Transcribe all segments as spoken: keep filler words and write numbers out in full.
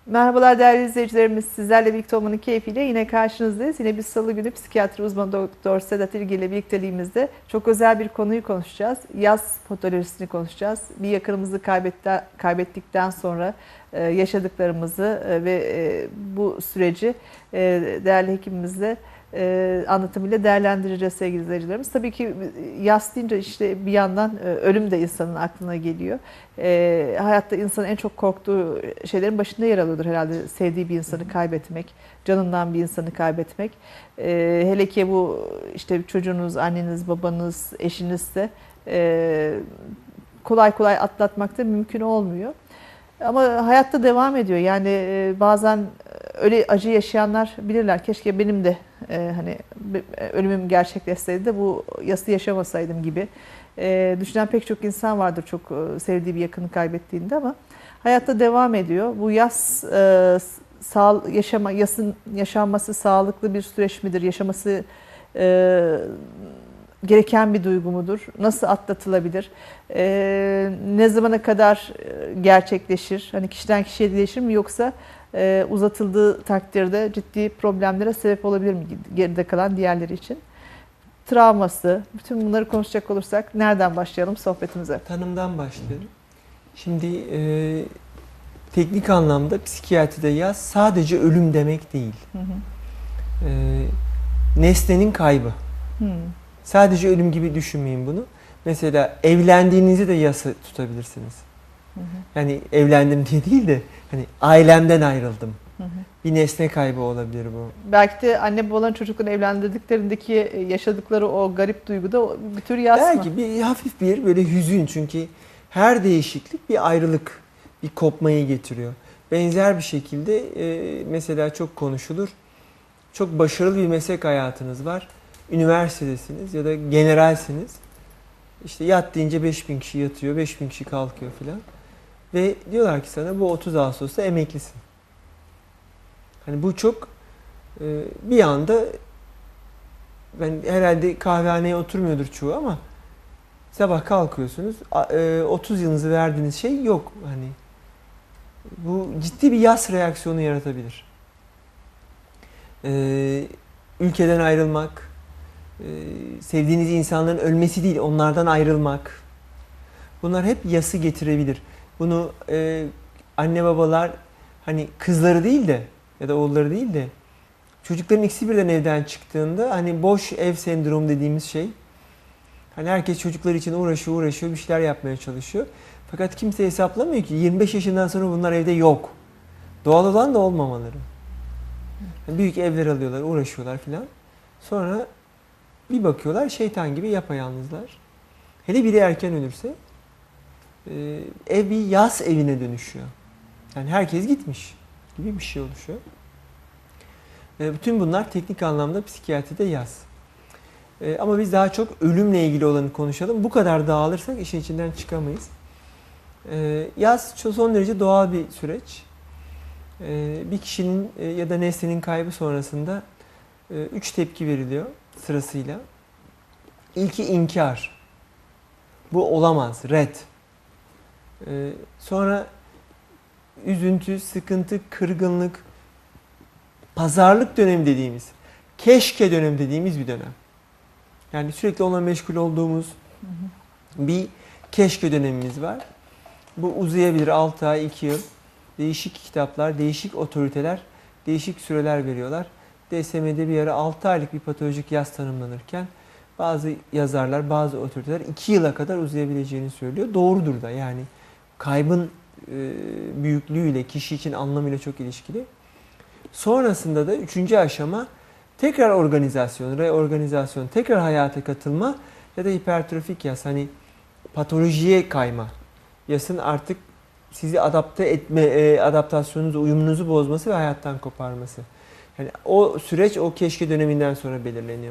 Merhabalar değerli izleyicilerimiz. Sizlerle birlikte olmanın keyfiyle yine karşınızdayız. Yine biz salı günü psikiyatri uzmanı Doktor Sedat İlgi ile birlikteliğimizde çok özel bir konuyu konuşacağız. Yas patolojisini konuşacağız. Bir yakınımızı kaybettikten sonra yaşadıklarımızı ve bu süreci değerli hekimimizle anlatımıyla değerlendireceğiz sevgili izleyicilerimiz. Tabii ki yas deyince işte bir yandan ölüm de insanın aklına geliyor. E, hayatta insanın en çok korktuğu şeylerin başında yer alıyordur herhalde sevdiği bir insanı kaybetmek, canından bir insanı kaybetmek. E, hele ki bu işte çocuğunuz, anneniz, babanız, eşinizse e, kolay kolay atlatmak da mümkün olmuyor. Ama hayatta devam ediyor. Yani e, bazen öyle acı yaşayanlar bilirler. Keşke benim de e, hani ölümüm gerçekleşseydi de bu yası yaşamasaydım gibi e, düşünen pek çok insan vardır çok e, sevdiği bir yakını kaybettiğinde ama hayatta devam ediyor. Bu yas e, sağ, yaşama yasın yaşanması sağlıklı bir süreç midir? Yaşaması e, gereken bir duygu mudur? Nasıl atlatılabilir? Ee, ne zamana kadar gerçekleşir? Hani kişiden kişiye değişir mi yoksa e, uzatıldığı takdirde ciddi problemlere sebep olabilir mi geride kalan diğerleri için? Travması, bütün bunları konuşacak olursak nereden başlayalım sohbetimize? Tanımdan başlayalım. Şimdi e, teknik anlamda psikiyatride yas sadece ölüm demek değil. Hı hı. E, nesnenin kaybı. Hı. Sadece ölüm gibi düşünmeyin bunu. Mesela evlendiğinizi de yası tutabilirsiniz. Hı hı. Yani evlendim diye değil de hani ailemden ayrıldım. Hı hı. Bir nesne kaybı olabilir bu. Belki de anne babaların çocuklarını evlendirdiklerindeki yaşadıkları o garip duyguda bir tür yas mı? Belki bir hafif bir böyle hüzün, çünkü her değişiklik bir ayrılık, bir kopmayı getiriyor. Benzer bir şekilde e, mesela çok konuşulur. Çok başarılı bir meslek hayatınız var. Üniversitedesiniz ya da generalsiniz. İşte yat deyince beş bin kişi yatıyor, beş bin kişi kalkıyor filan. Ve diyorlar ki sana bu otuz Ağustos'ta emeklisin. Hani bu çok e, bir anda, ben herhalde kahvehaneye oturmuyordur çoğu ama sabah kalkıyorsunuz, e, otuz yılınızı verdiğiniz şey yok. Hani bu ciddi bir yas reaksiyonu yaratabilir. E, ülkeden ayrılmak, sevdiğiniz insanların ölmesi değil, onlardan ayrılmak. Bunlar hep yası getirebilir. Bunu e, anne babalar hani kızları değil de ya da oğulları değil de çocukların ikisi birden evden çıktığında hani boş ev sendromu dediğimiz şey. Hani herkes çocuklar için uğraşıyor, uğraşıyor, bir şeyler yapmaya çalışıyor. Fakat kimse hesaplamıyor ki yirmi beş yaşından sonra bunlar evde yok. Doğal olan da olmamaları. Yani büyük evler alıyorlar, uğraşıyorlar filan. Sonra bir bakıyorlar şeytan gibi yapayalnızlar. Hele biri erken ölürse e, ev bir yas evine dönüşüyor. Yani herkes gitmiş gibi bir şey oluşuyor. E, bütün bunlar teknik anlamda psikiyatride yas. E, ama biz daha çok ölümle ilgili olanı konuşalım. Bu kadar dağılırsak işin içinden çıkamayız. E, yas son derece doğal bir süreç. E, bir kişinin e, ya da nesnenin kaybı sonrasında e, üç tepki veriliyor sırasıyla. İlki inkar. Bu olamaz, red. Ee, sonra üzüntü, sıkıntı, kırgınlık, pazarlık dönemi dediğimiz, keşke dönemi dediğimiz bir dönem. Yani sürekli onunla meşgul olduğumuz bir keşke dönemimiz var. Bu uzayabilir altı ay, iki yıl. Değişik kitaplar, değişik otoriteler, değişik süreler veriyorlar. D S M'de bir ara altı aylık bir patolojik yas tanımlanırken bazı yazarlar, bazı otoriteler iki yıla kadar uzayabileceğini söylüyor. Doğrudur da, yani kaybın e, büyüklüğüyle, kişi için anlamıyla çok ilişkili. Sonrasında da üçüncü aşama tekrar organizasyon, reorganizasyon, tekrar hayata katılma ya da hipertrofik yas, hani patolojiye kayma. Yasın artık sizi adapte etme, e, adaptasyonunuzu, uyumunuzu bozması ve hayattan koparması. Yani o süreç o keşke döneminden sonra belirleniyor.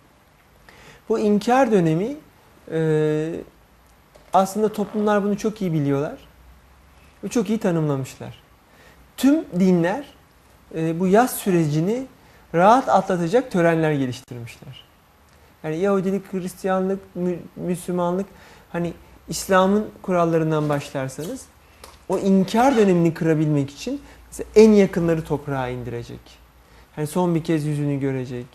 Bu inkar dönemi e, aslında toplumlar bunu çok iyi biliyorlar ve çok iyi tanımlamışlar. Tüm dinler e, bu yas sürecini rahat atlatacak törenler geliştirmişler. Yani Yahudilik, Hristiyanlık, Müslümanlık, hani İslam'ın kurallarından başlarsanız o inkar dönemini kırabilmek için en yakınları toprağa indirecek. Yani son bir kez yüzünü görecek.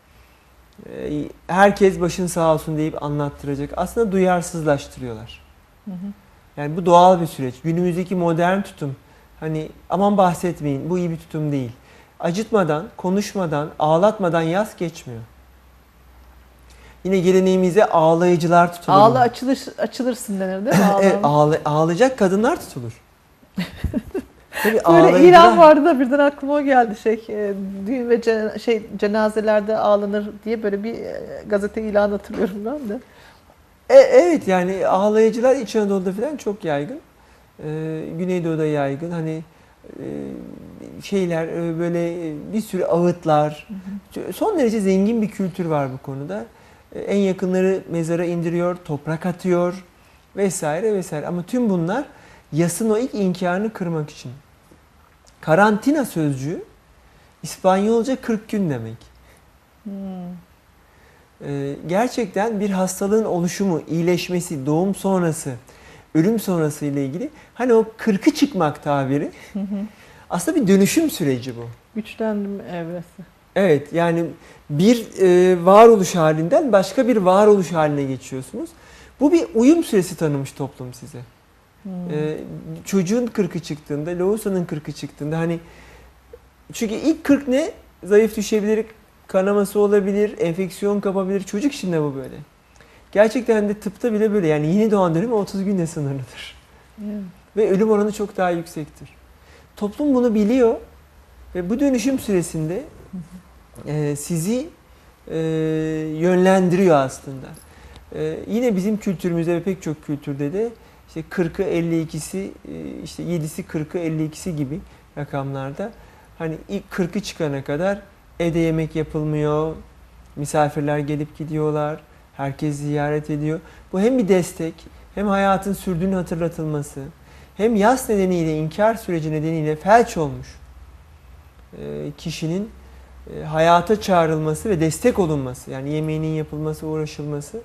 Herkes başın sağ olsun deyip anlattıracak. Aslında duyarsızlaştırıyorlar. Hı hı. Yani bu doğal bir süreç. Günümüzdeki modern tutum, hani aman bahsetmeyin, bu iyi bir tutum değil. Acıtmadan, konuşmadan, ağlatmadan yas geçmiyor. Yine geleneğimize ağlayıcılar tutulur. Ağla açılır, açılırsın denir değil mi? Evet, ağla, ağlayacak kadınlar tutulur. Tabii Böyle İran vardı da birden aklıma o geldi, şey e, düğün ve cen şey cenazelerde ağlanır diye böyle bir e, gazete ilanı hatırlıyorum ben de. E, evet, yani ağlayıcılar İç Anadolu'da falan çok yaygın. Ee, Güneydoğu'da yaygın. Hani e, şeyler e, böyle bir sürü ağıtlar. Hı hı. Son derece zengin bir kültür var bu konuda. E, en yakınları mezara indiriyor, toprak atıyor vesaire vesaire. Ama tüm bunlar yasın o ilk inkarını kırmak için. Karantina sözcüğü İspanyolca kırk gün demek. Hmm. Ee, gerçekten bir hastalığın oluşumu, iyileşmesi, doğum sonrası, ölüm sonrası ile ilgili hani o kırkı çıkmak tabiri hı hı. aslında bir dönüşüm süreci bu. Güçlendim evresi. Evet, yani bir e, varoluş halinden başka bir varoluş haline geçiyorsunuz. Bu bir uyum süresi tanımış toplum size. Hmm. Ee, çocuğun kırkı çıktığında, lohusanın kırkı çıktığında hani çünkü ilk kırk ne? Zayıf düşebilir, kanaması olabilir, enfeksiyon kapabilir. Çocuk şimdi bu böyle. Gerçekten de tıpta bile böyle. Yani yeni doğan dönemi otuz günle sınırlıdır. Hmm. Ve ölüm oranı çok daha yüksektir. Toplum bunu biliyor ve bu dönüşüm süresinde e, sizi e, yönlendiriyor aslında. E, yine bizim kültürümüzde ve pek çok kültürde de işte kırkı elli ikisi, işte yedisi kırkı elli ikisi gibi rakamlarda hani ilk kırkı çıkana kadar evde yemek yapılmıyor, misafirler gelip gidiyorlar, herkes ziyaret ediyor. Bu hem bir destek, hem hayatın sürdüğünü hatırlatılması, hem yas nedeniyle, inkar süreci nedeniyle felç olmuş kişinin hayata çağrılması ve destek olunması, yani yemeğinin yapılması, uğraşılması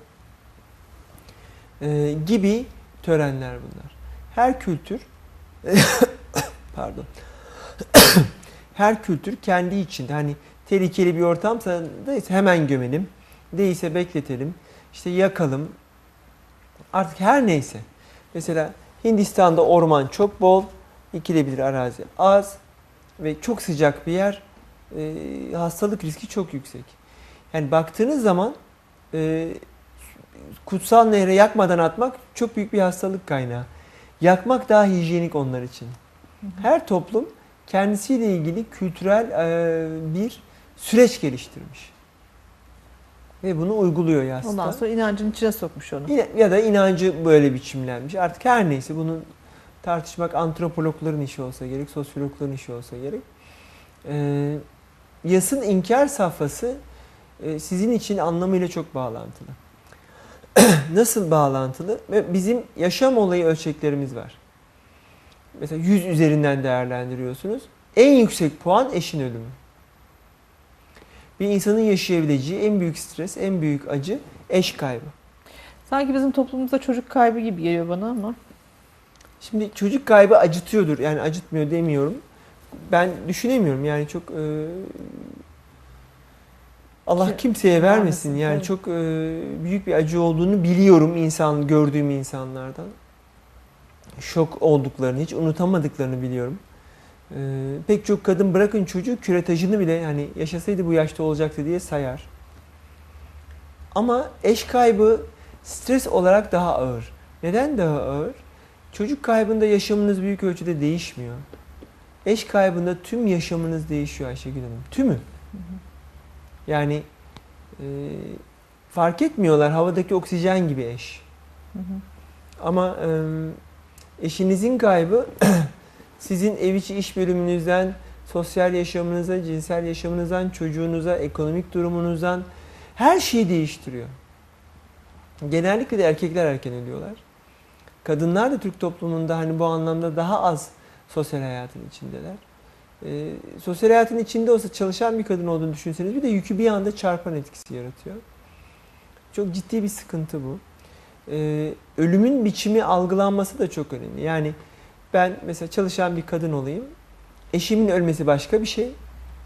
gibi törenler bunlar. Her kültür pardon her kültür kendi içinde hani tehlikeli bir ortamsa hemen gömelim, değilse bekletelim, işte yakalım, artık her neyse. Mesela Hindistan'da orman çok bol, ekilebilir arazi az ve çok sıcak bir yer, e, hastalık riski çok yüksek. Yani baktığınız zaman e, kutsal nehre yakmadan atmak çok büyük bir hastalık kaynağı. Yakmak daha hijyenik onlar için. Her toplum kendisiyle ilgili kültürel e, bir süreç geliştirmiş. Ve bunu uyguluyor yasta. Ondan sonra inancın içine sokmuş onu. Ya da inancı böyle biçimlenmiş. Artık her neyse bunu tartışmak antropologların işi olsa gerek, sosyologların işi olsa gerek. E, yasın inkar safhası e, sizin için anlamıyla çok bağlantılı. Nasıl bağlantılı? Bizim yaşam olayı ölçeklerimiz var. Mesela yüz üzerinden değerlendiriyorsunuz. En yüksek puan eşin ölümü. Bir insanın yaşayabileceği en büyük stres, en büyük acı eş kaybı. Sanki bizim toplumumuzda çocuk kaybı gibi geliyor bana ama. Şimdi çocuk kaybı acıtıyordur. Yani acıtmıyor demiyorum. Ben düşünemiyorum. Yani çok e, Allah Ki, kimseye vermesin. vermesin. Yani evet. Çok e, büyük bir acı olduğunu biliyorum insan gördüğüm insanlardan. Şok olduklarını, hiç unutamadıklarını biliyorum. Ee, pek çok kadın bırakın çocuğu küretajını bile hani yaşasaydı bu yaşta olacaktı diye sayar. Ama eş kaybı stres olarak daha ağır. Neden daha ağır? Çocuk kaybında yaşamınız büyük ölçüde değişmiyor. Eş kaybında tüm yaşamınız değişiyor Ayşegül Hanım. Tümü. Hı hı. Yani e, fark etmiyorlar, havadaki oksijen gibi eş. Hı hı. Ama e, eşinizin kaybı sizin ev içi iş bölümünüzden, sosyal yaşamınıza, cinsel yaşamınızdan, çocuğunuza, ekonomik durumunuzdan her şeyi değiştiriyor. Genellikle de erkekler erken ölüyorlar. Kadınlar da Türk toplumunda hani bu anlamda daha az sosyal hayatın içindeler. Ee, sosyal hayatın içinde olsa çalışan bir kadın olduğunu düşünseniz bir de yükü bir anda çarpan etkisi yaratıyor. Çok ciddi bir sıkıntı bu. Ee, ölümün biçimi algılanması da çok önemli. Yani ben mesela çalışan bir kadın olayım. eşimin ölmesi başka bir şey.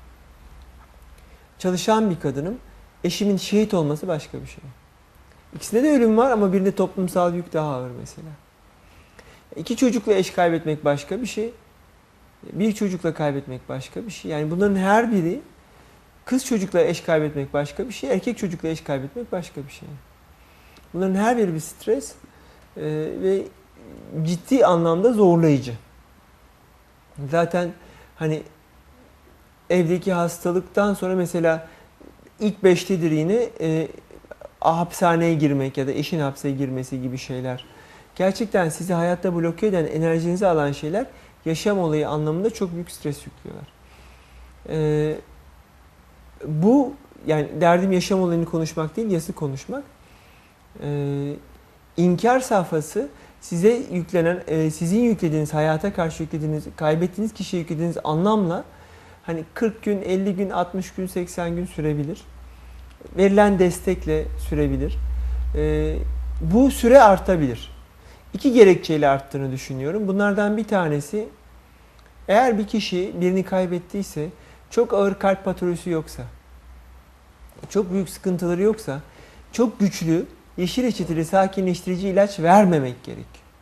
Çalışan bir kadınım. Eşimin şehit olması başka bir şey. İkisinde de ölüm var ama birinde toplumsal yük daha ağır mesela. İki çocukla eş kaybetmek başka bir şey. Bir çocukla kaybetmek başka bir şey. Yani bunların her biri, kız çocukla eş kaybetmek başka bir şey, erkek çocukla eş kaybetmek başka bir şey. Bunların her biri bir stres e, ve ciddi anlamda zorlayıcı. Zaten hani evdeki hastalıktan sonra mesela ilk beştedir yine e, hapishaneye girmek ya da eşin hapse girmesi gibi şeyler. Gerçekten sizi hayatta bloke eden, enerjinizi alan şeyler yaşam olayı anlamında çok büyük stres yüklüyorlar. Ee, bu yani derdim yaşam olayını konuşmak değil, yası konuşmak. Ee, inkar safhası size yüklenen, e, sizin yüklediğiniz, hayata karşı yüklediğiniz, kaybettiğiniz kişiye yüklediğiniz anlamla hani kırk gün, elli gün, altmış gün, seksen gün sürebilir. Verilen destekle sürebilir. Ee, bu süre artabilir. İki gerekçeyle arttığını düşünüyorum. Bunlardan bir tanesi, eğer bir kişi birini kaybettiyse, çok ağır kalp patolojisi yoksa, çok büyük sıkıntıları yoksa, çok güçlü, yeşil reçeteli sakinleştirici ilaç vermemek gerek.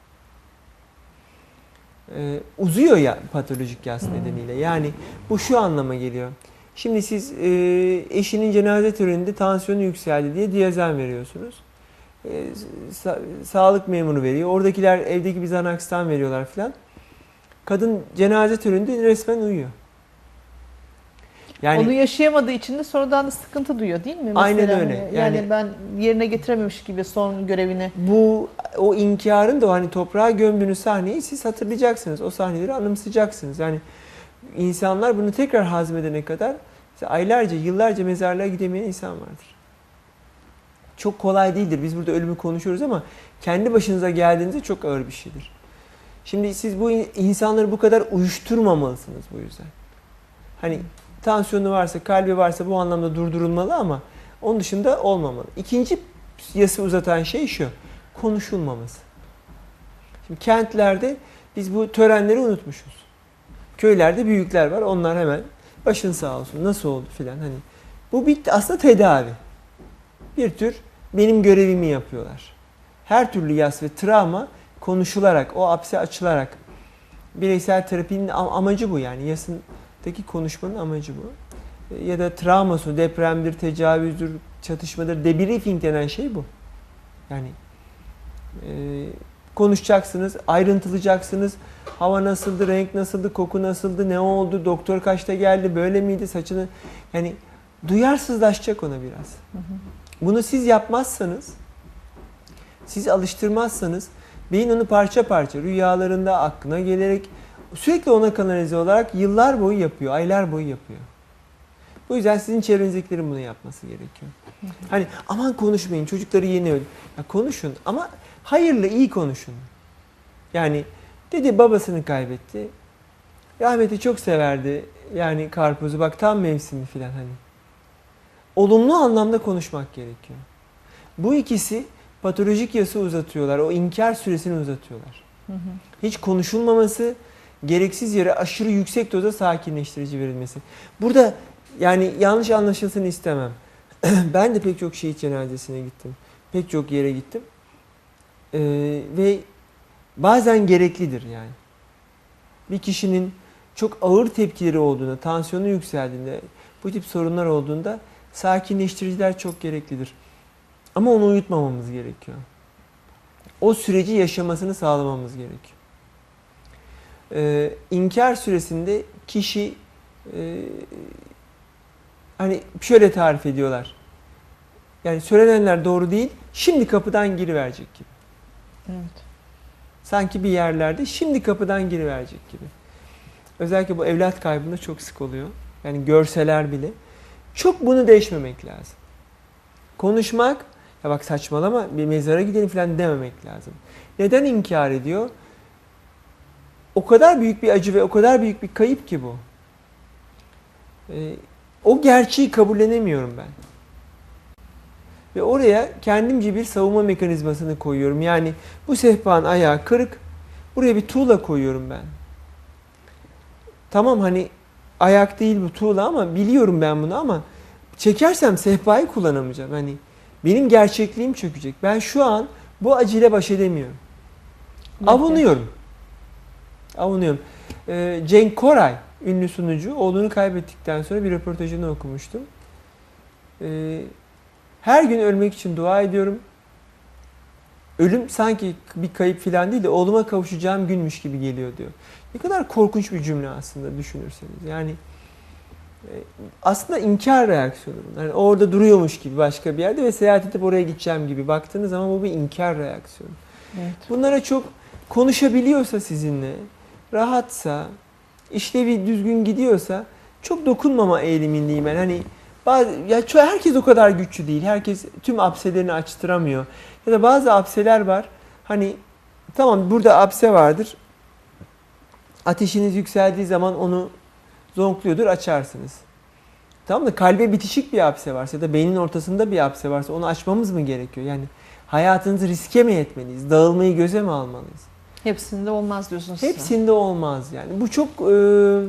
Ee, uzuyor ya patolojik yas nedeniyle. Yani bu şu anlama geliyor. Şimdi siz e, eşinin cenaze töreninde tansiyonu yükseldi diye diazen veriyorsunuz. E, sa sağlık memuru veriyor. Oradakiler evdeki bir Xanax'tan veriyorlar filan. Kadın cenaze töreninde resmen uyuyor. Yani, onu yaşayamadığı için de sonradan da sıkıntı duyuyor değil mi? Mesela aynen öyle. Hani, yani, yani ben yerine getirememiş gibi son görevini. Bu o inkarın da hani toprağa gömdüğünüz sahneyi siz hatırlayacaksınız. O sahneleri anımsayacaksınız. Yani insanlar bunu tekrar hazmedene kadar aylarca, yıllarca mezarlığa gidemeyen insan vardır. Çok kolay değildir. Biz burada ölümü konuşuyoruz ama kendi başınıza geldiğinizde çok ağır bir şeydir. Şimdi siz bu insanları bu kadar uyuşturmamalısınız bu yüzden. Hani tansiyonu varsa, kalbi varsa bu anlamda durdurulmalı ama onun dışında olmamalı. İkinci yası uzatan şey şu, konuşulmaması. Şimdi kentlerde biz bu törenleri unutmuşuz. Köylerde büyükler var, onlar hemen başın sağ olsun, nasıl oldu filan hani. Bu bir aslında tedavi. Bir tür benim görevimi yapıyorlar. Her türlü yas ve travma konuşularak, o hapse açılarak, bireysel terapinin amacı bu yani. Yasındaki konuşmanın amacı bu. Ya da travması, depremdir, tecavüzdür, çatışmadır, debriefing denen şey bu. Yani e, konuşacaksınız, ayrıntılayacaksınız. Hava nasıldı, renk nasıldı, koku nasıldı, ne oldu, doktor kaçta geldi, böyle miydi, saçını... Yani duyarsızlaşacak ona biraz. Hı hı. Bunu siz yapmazsanız, siz alıştırmazsanız, beyin onu parça parça, rüyalarında aklına gelerek, sürekli ona kanalize olarak yıllar boyu yapıyor, aylar boyu yapıyor. Bu yüzden sizin çevrenizdekilerin bunu yapması gerekiyor. Hı hı. Hani aman konuşmayın, çocukları yeni öldü. Ya konuşun ama hayırlı, iyi konuşun. Yani dedi babasını kaybetti. Rahmet'i çok severdi. Yani karpuzu bak tam mevsimi filan hani. Olumlu anlamda konuşmak gerekiyor. Bu ikisi patolojik yası uzatıyorlar. O inkar süresini uzatıyorlar. Hı hı. Hiç konuşulmaması, gereksiz yere aşırı yüksek doza sakinleştirici verilmesi. Burada yani yanlış anlaşılsın istemem. Ben de pek çok şehit cenazesine gittim. Pek çok yere gittim. Ee, ve bazen gereklidir yani. Bir kişinin çok ağır tepkileri olduğunda, tansiyonu yükseldiğinde, bu tip sorunlar olduğunda sakinleştiriciler çok gereklidir. Ama onu uyutmamamız gerekiyor. O süreci yaşamasını sağlamamız gerekiyor. Ee, inkar süresinde kişi e, hani şöyle tarif ediyorlar. Yani söylenenler doğru değil, şimdi kapıdan giriverecek gibi. Evet. Sanki bir yerlerde şimdi kapıdan giriverecek gibi. Özellikle bu evlat kaybında çok sık oluyor. Yani görseler bile. Çok bunu değişmemek lazım. Konuşmak, ya bak saçmalama bir mezara gidelim falan dememek lazım. Neden inkar ediyor? O kadar büyük bir acı ve o kadar büyük bir kayıp ki bu. Ee, o gerçeği kabullenemiyorum ben. Ve oraya kendimce bir savunma mekanizmasını koyuyorum. Yani bu sehpanın ayağı kırık, buraya bir tuğla koyuyorum ben. tamam hani ayak değil bu tuğla ama biliyorum ben bunu ama çekersem sehpayı kullanamayacağım. Hani benim gerçekliğim çökecek. Ben şu an bu acıyla baş edemiyorum. Evet. Avunuyorum. Avunuyorum. Ee, Cenk Koray, ünlü sunucu, oğlunu kaybettikten sonra bir röportajını okumuştum. Ee, her gün ölmek için dua ediyorum. Ölüm sanki bir kayıp falan değil de oğluma kavuşacağım günmüş gibi geliyor diyor. Ne kadar korkunç bir cümle aslında düşünürseniz. Yani e, aslında inkar reaksiyonu. Yani orada duruyormuş gibi başka bir yerde ve seyahat edip oraya gideceğim gibi baktığınız zaman bu bir inkar reaksiyonu. Evet. Bunlara çok konuşabiliyorsa sizinle, rahatsa, işlevi düzgün gidiyorsa çok dokunmama eğilimindeyim ben. Hani bazı, ya ço- herkes o kadar güçlü değil. Herkes tüm apselerini açtıramıyor. Ya da bazı apseler var. Hani tamam burada apse vardır. Ateşiniz yükseldiği zaman onu zonkluyordur, açarsınız. Tamam da kalbe bitişik bir apse varsa ya da beynin ortasında bir apse varsa onu açmamız mı gerekiyor? Yani hayatınızı riske mi etmeliyiz? Dağılmayı göze mi almalıyız? Hepsinde olmaz diyorsunuz siz. Hepsinde olmaz yani. Bu çok e,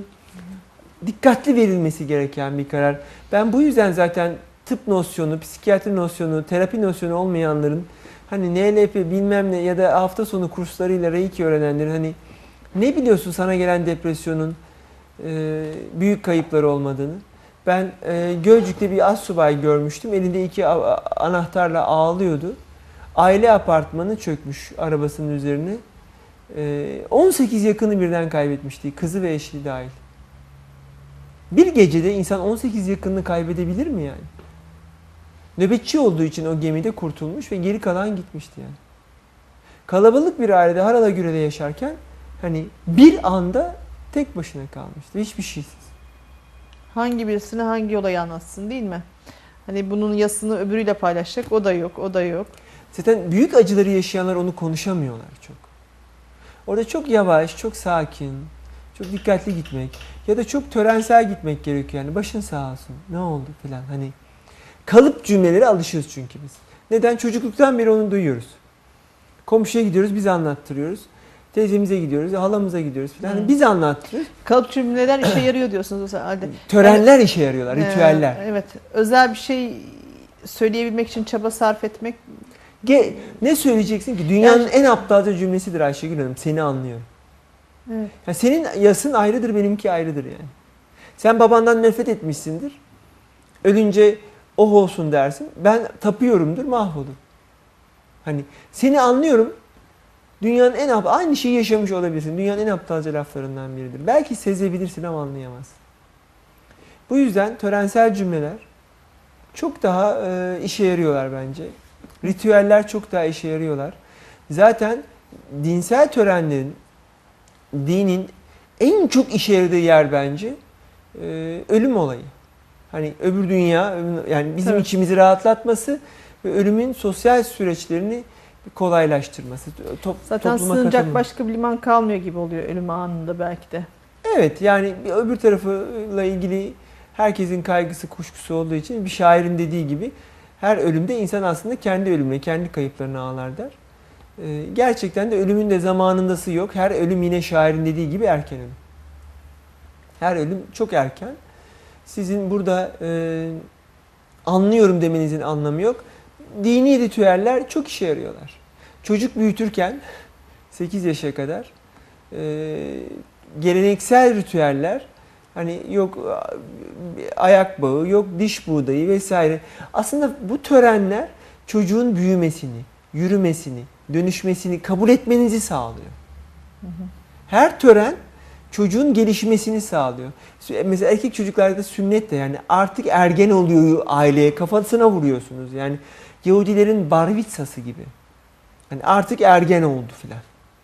dikkatli verilmesi gereken bir karar. Ben bu yüzden zaten tıp nosyonu, psikiyatri nosyonu, terapi nosyonu olmayanların hani N L P bilmem ne ya da hafta sonu kurslarıyla Reiki öğrenenlerin hani ne biliyorsun sana gelen depresyonun e, büyük kayıpları olmadığını. Ben e, Gölcük'te bir astsubay görmüştüm. Elinde iki anahtarla ağlıyordu. Aile apartmanı çökmüş arabasının üzerine. E, on sekiz yakını birden kaybetmişti. Kızı ve eşi dahil. Bir gecede insan on sekiz yakınını kaybedebilir mi yani? Nöbetçi olduğu için o gemide kurtulmuş ve geri kalan gitmişti yani. Kalabalık bir ailede harala yaşarken hani bir anda tek başına kalmıştı. Hiçbir şeysiz. Hangi birisine hangi olayı anlatsın değil mi? Hani bunun yasını öbürüyle paylaşacak, o da yok, o da yok. Zaten büyük acıları yaşayanlar onu konuşamıyorlar çok. Orada çok yavaş, çok sakin, çok dikkatli gitmek ya da çok törensel gitmek gerekiyor. Yani başın sağ olsun, ne oldu falan hani. Kalıp cümlelere alışıyoruz çünkü biz. Neden? Çocukluktan beri onu duyuyoruz. Komşuya gidiyoruz, biz anlattırıyoruz. Teyzemize gidiyoruz, halamıza gidiyoruz falan. Hani biz anlattırıyoruz. Kalıp cümleler işe yarıyor diyorsunuz o halde. Törenler Evet. işe yarıyorlar, ritüeller. Ee, evet. Özel bir şey söyleyebilmek için çaba sarf etmek. Ge ne söyleyeceksin ki? Dünyanın Yani- en aptalca cümlesidir Ayşegül Hanım. Seni anlıyorum. Evet. Yani senin yasın ayrıdır, benimki ayrıdır yani. Sen babandan nefret etmişsindir. Ölünce oh olsun dersin. Ben tapıyorumdur, mahvolur. Hani seni anlıyorum. Dünyanın en aptal, aynı şeyi yaşamış olabilirsin. Dünyanın en aptalca laflarından biridir. Belki sezebilirsin ama anlayamazsın. Bu yüzden törensel cümleler çok daha e, işe yarıyorlar bence. Ritüeller çok daha işe yarıyorlar. Zaten dinsel törenlerin, dinin en çok işe yaradığı yer bence e, ölüm olayı. Hani öbür dünya, yani bizim Evet. içimizi rahatlatması ve ölümün sosyal süreçlerini kolaylaştırması. Top, Zaten topluma sığınacak katılımı. başka bir liman kalmıyor gibi oluyor ölüm anında belki de. Evet, yani bir öbür tarafıyla ilgili herkesin kaygısı, kuşkusu olduğu için bir şairin dediği gibi her ölümde insan aslında kendi ölümüne, kendi kayıplarına ağlar der. Ee, gerçekten de ölümün de zamanındası yok. Her ölüm yine şairin dediği gibi erken ölüm. Her ölüm çok erken. Sizin burada e, anlıyorum demenizin anlamı yok. Dini ritüeller çok işe yarıyorlar. Çocuk büyütürken sekiz yaşa kadar e, geleneksel ritüeller hani yok ayak bağı, yok diş buğdayı vesaire. Aslında bu törenler çocuğun büyümesini, yürümesini, dönüşmesini kabul etmenizi sağlıyor. Hı hı. Her tören çocuğun gelişmesini sağlıyor. Mesela erkek çocuklarda sünnet de yani artık ergen oluyor aileye, kafasına vuruyorsunuz. Yani Yahudilerin bar mitzvası gibi. Yani artık ergen oldu filan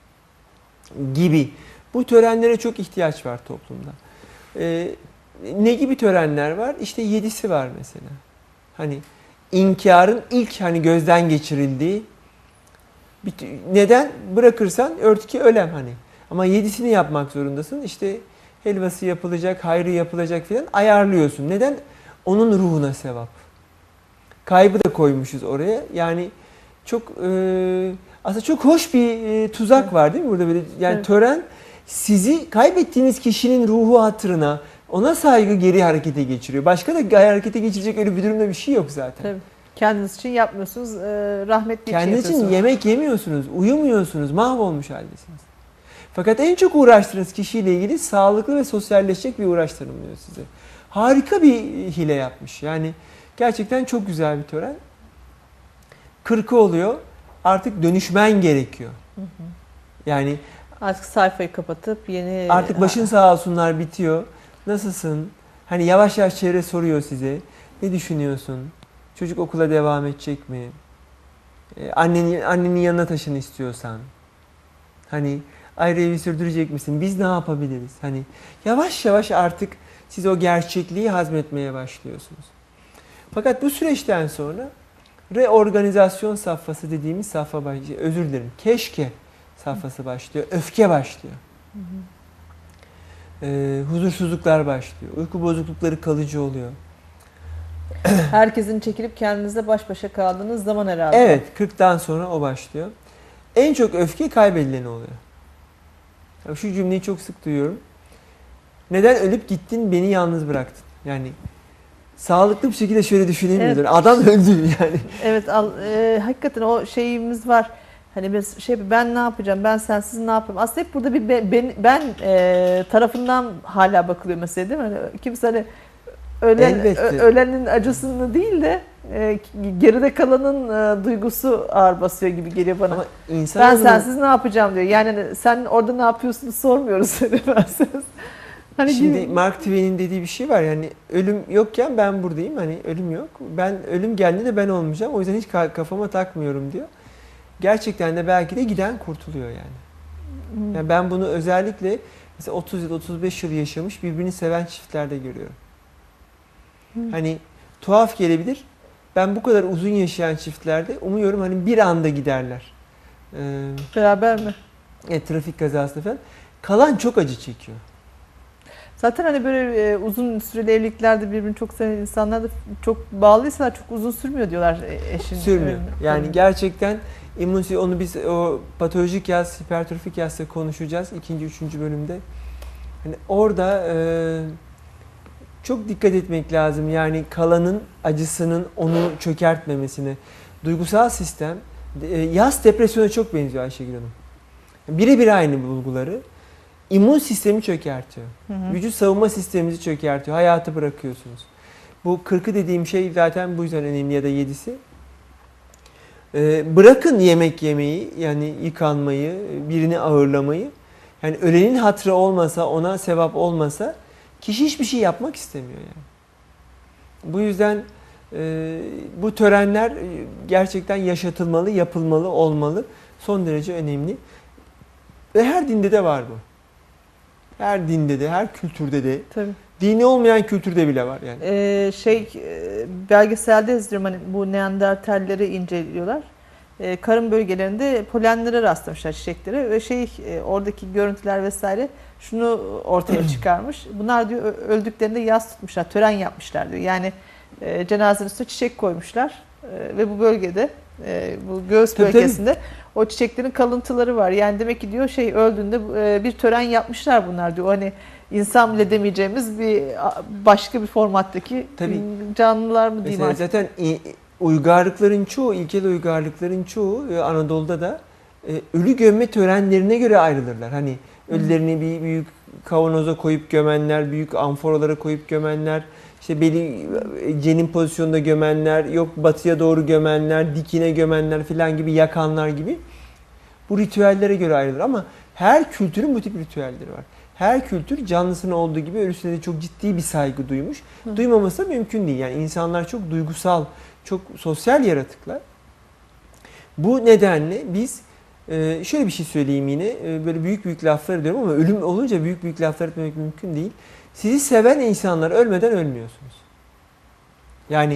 gibi. Bu törenlere çok ihtiyaç var toplumda. Ee, ne gibi törenler var? İşte yedisi var mesela. Hani inkarın ilk hani gözden geçirildiği. Neden? Bırakırsan örtüke ölem hani. Ama yedisini yapmak zorundasın. İşte helvası yapılacak, hayrı yapılacak filan ayarlıyorsun. Neden? Onun ruhuna sevap. Kaybı da koymuşuz oraya. Yani çok e, aslında çok hoş bir e, tuzak var değil mi burada böyle? Yani evet. Tören sizi kaybettiğiniz kişinin ruhu hatırına, ona saygı geri harekete geçiriyor. Başka da harekete geçirecek öyle bir durumda bir şey yok zaten. Tabii. Kendiniz için yapmıyorsunuz, e, rahmetli için Kendiniz yapıyorsunuz. için yemek yemiyorsunuz, uyumuyorsunuz, mahvolmuş haldesiniz. Fakat en çok uğraştığınız kişiyle ilgili sağlıklı ve sosyalleşecek bir uğraş tanımlıyor size. Harika bir hile yapmış. Yani gerçekten çok güzel bir tören. Kırkı oluyor. Artık dönüşmen gerekiyor. Hı hı. Yani Artık sayfayı kapatıp yeni... artık başın sağ olsunlar bitiyor. Nasılsın? Hani yavaş yavaş çevre soruyor size. Ne düşünüyorsun? Çocuk okula devam edecek mi? Ee, annenin, annenin yanına taşın istiyorsan. Hani ayrı evi sürdürecek misin? Biz ne yapabiliriz? Hani yavaş yavaş artık siz o gerçekliği hazmetmeye başlıyorsunuz. Fakat bu süreçten sonra reorganizasyon safhası dediğimiz safha başlıyor. Özür dilerim. Keşke safhası başlıyor. Öfke başlıyor. Hı hı. Ee, huzursuzluklar başlıyor. Uyku bozuklukları kalıcı oluyor. Herkesin çekilip kendinizle baş başa kaldığınız zaman herhalde. Evet, kırktan sonra o başlıyor. En çok öfke kaybedileni oluyor. Ya şu cümleyi çok sık duyuyorum. Neden ölüp gittin, beni yalnız bıraktın? Yani sağlıklı bir şekilde şöyle düşünemiyorlar. Evet. Adam öldü yani. Evet, al, e, hakikaten o şeyimiz var. Hani biz şey ben ne yapacağım, ben sensiz ne yapayım? Aslında hep burada bir ben, ben, ben e, tarafından hala bakılıyor mesela, değil mi? Hani kimse hani ölen, ö, ölenin acısını değil de e, geride kalanın e, duygusu ağır basıyor gibi geliyor bana. Ama insan ben adına, sensiz ne yapacağım diyor. Yani hani sen orada ne yapıyorsun sormuyoruz seni bensiz. Hani şimdi gibi. Mark Twain'in dediği bir şey var, yani ölüm yokken ben buradayım, hani ölüm yok. Ben ölüm geldiğinde de ben olmayacağım, o yüzden hiç kafama takmıyorum diyor. Gerçekten de belki de giden kurtuluyor yani. Hmm. Yani ben bunu özellikle mesela otuz yıl otuz beş yıl yaşamış birbirini seven çiftlerde görüyorum. Hmm. Hani tuhaf gelebilir. Ben bu kadar uzun yaşayan çiftlerde umuyorum hani bir anda giderler. Ee, Beraber mi? e, trafik kazasında falan. Kalan çok acı çekiyor. Zaten hani böyle e, uzun süreli evliliklerde birbirini çok seven insanlar da çok bağlıysa çok uzun sürmüyor diyorlar e, eşin. Sürmüyor. ölümü. Yani gerçekten immün onu biz o patolojik yaz, hipertrofik yazda konuşacağız ikinci, üçüncü bölümde. Hani orada e, çok dikkat etmek lazım. Yani kalanın acısının onu çökertmemesine. Duygusal sistem e, yaz depresyona çok benziyor Ayşegül Hanım. Birebir aynı bulguları. İmmün sistemi çökertiyor. Hı hı. Vücut savunma sistemimizi çökertiyor. Hayatı bırakıyorsunuz. Bu kırkı dediğim şey zaten bu yüzden önemli, ya da yedisi. Ee, bırakın yemek yemeyi, yani yıkanmayı, birini ağırlamayı. Yani ölenin hatırı olmasa, ona sevap olmasa kişi hiçbir şey yapmak istemiyor yani. Bu yüzden e, bu törenler gerçekten yaşatılmalı, yapılmalı, olmalı. Son derece önemli. Ve her dinde de var bu. Her dinde de, her kültürde de. Tabii. Dini olmayan kültürde bile var yani. Ee, şey e, belgeselde izliyorum, hani bu Neandertalleri inceliyorlar. Ee, karın bölgelerinde polenlere rastlamışlar, çiçeklere ve şey e, oradaki görüntüler vesaire şunu ortaya çıkarmış. Bunlar diyor ö- öldüklerinde yas tutmuşlar, tören yapmışlar diyor. Yani e, cenazenin üstüne çiçek koymuşlar e, ve bu bölgede e, bu göğüs Tabii, bölgesinde o çiçeklerin kalıntıları var. Yani demek ki diyor şey öldüğünde e, bir tören yapmışlar bunlar diyor. Hani İnsan bile demeyeceğimiz bir başka bir formattaki Tabii. canlılar mı diyeyim Mesela artık? zaten uygarlıkların çoğu, ilkel uygarlıkların çoğu e, Anadolu'da da e, ölü gömme törenlerine göre ayrılırlar. Hani ölülerini bir büyük kavanoza koyup gömenler, büyük amforalara koyup gömenler, işte beli e, cenin pozisyonunda gömenler, yok batıya doğru gömenler, dikine gömenler falan gibi, yakanlar gibi. Bu ritüellere göre ayrılır ama her kültürün bu tip ritüelleri var. Her kültür canlısına olduğu gibi ölüsüne de çok ciddi bir saygı duymuş. Hı. Duymaması da mümkün değil. Yani insanlar çok duygusal, çok sosyal yaratıklar. Bu nedenle biz şöyle bir şey söyleyeyim yine, böyle büyük büyük laflar ediyorum ama ölüm olunca büyük büyük laflar etmemek mümkün değil. Sizi seven insanlar ölmeden ölmüyorsunuz. Yani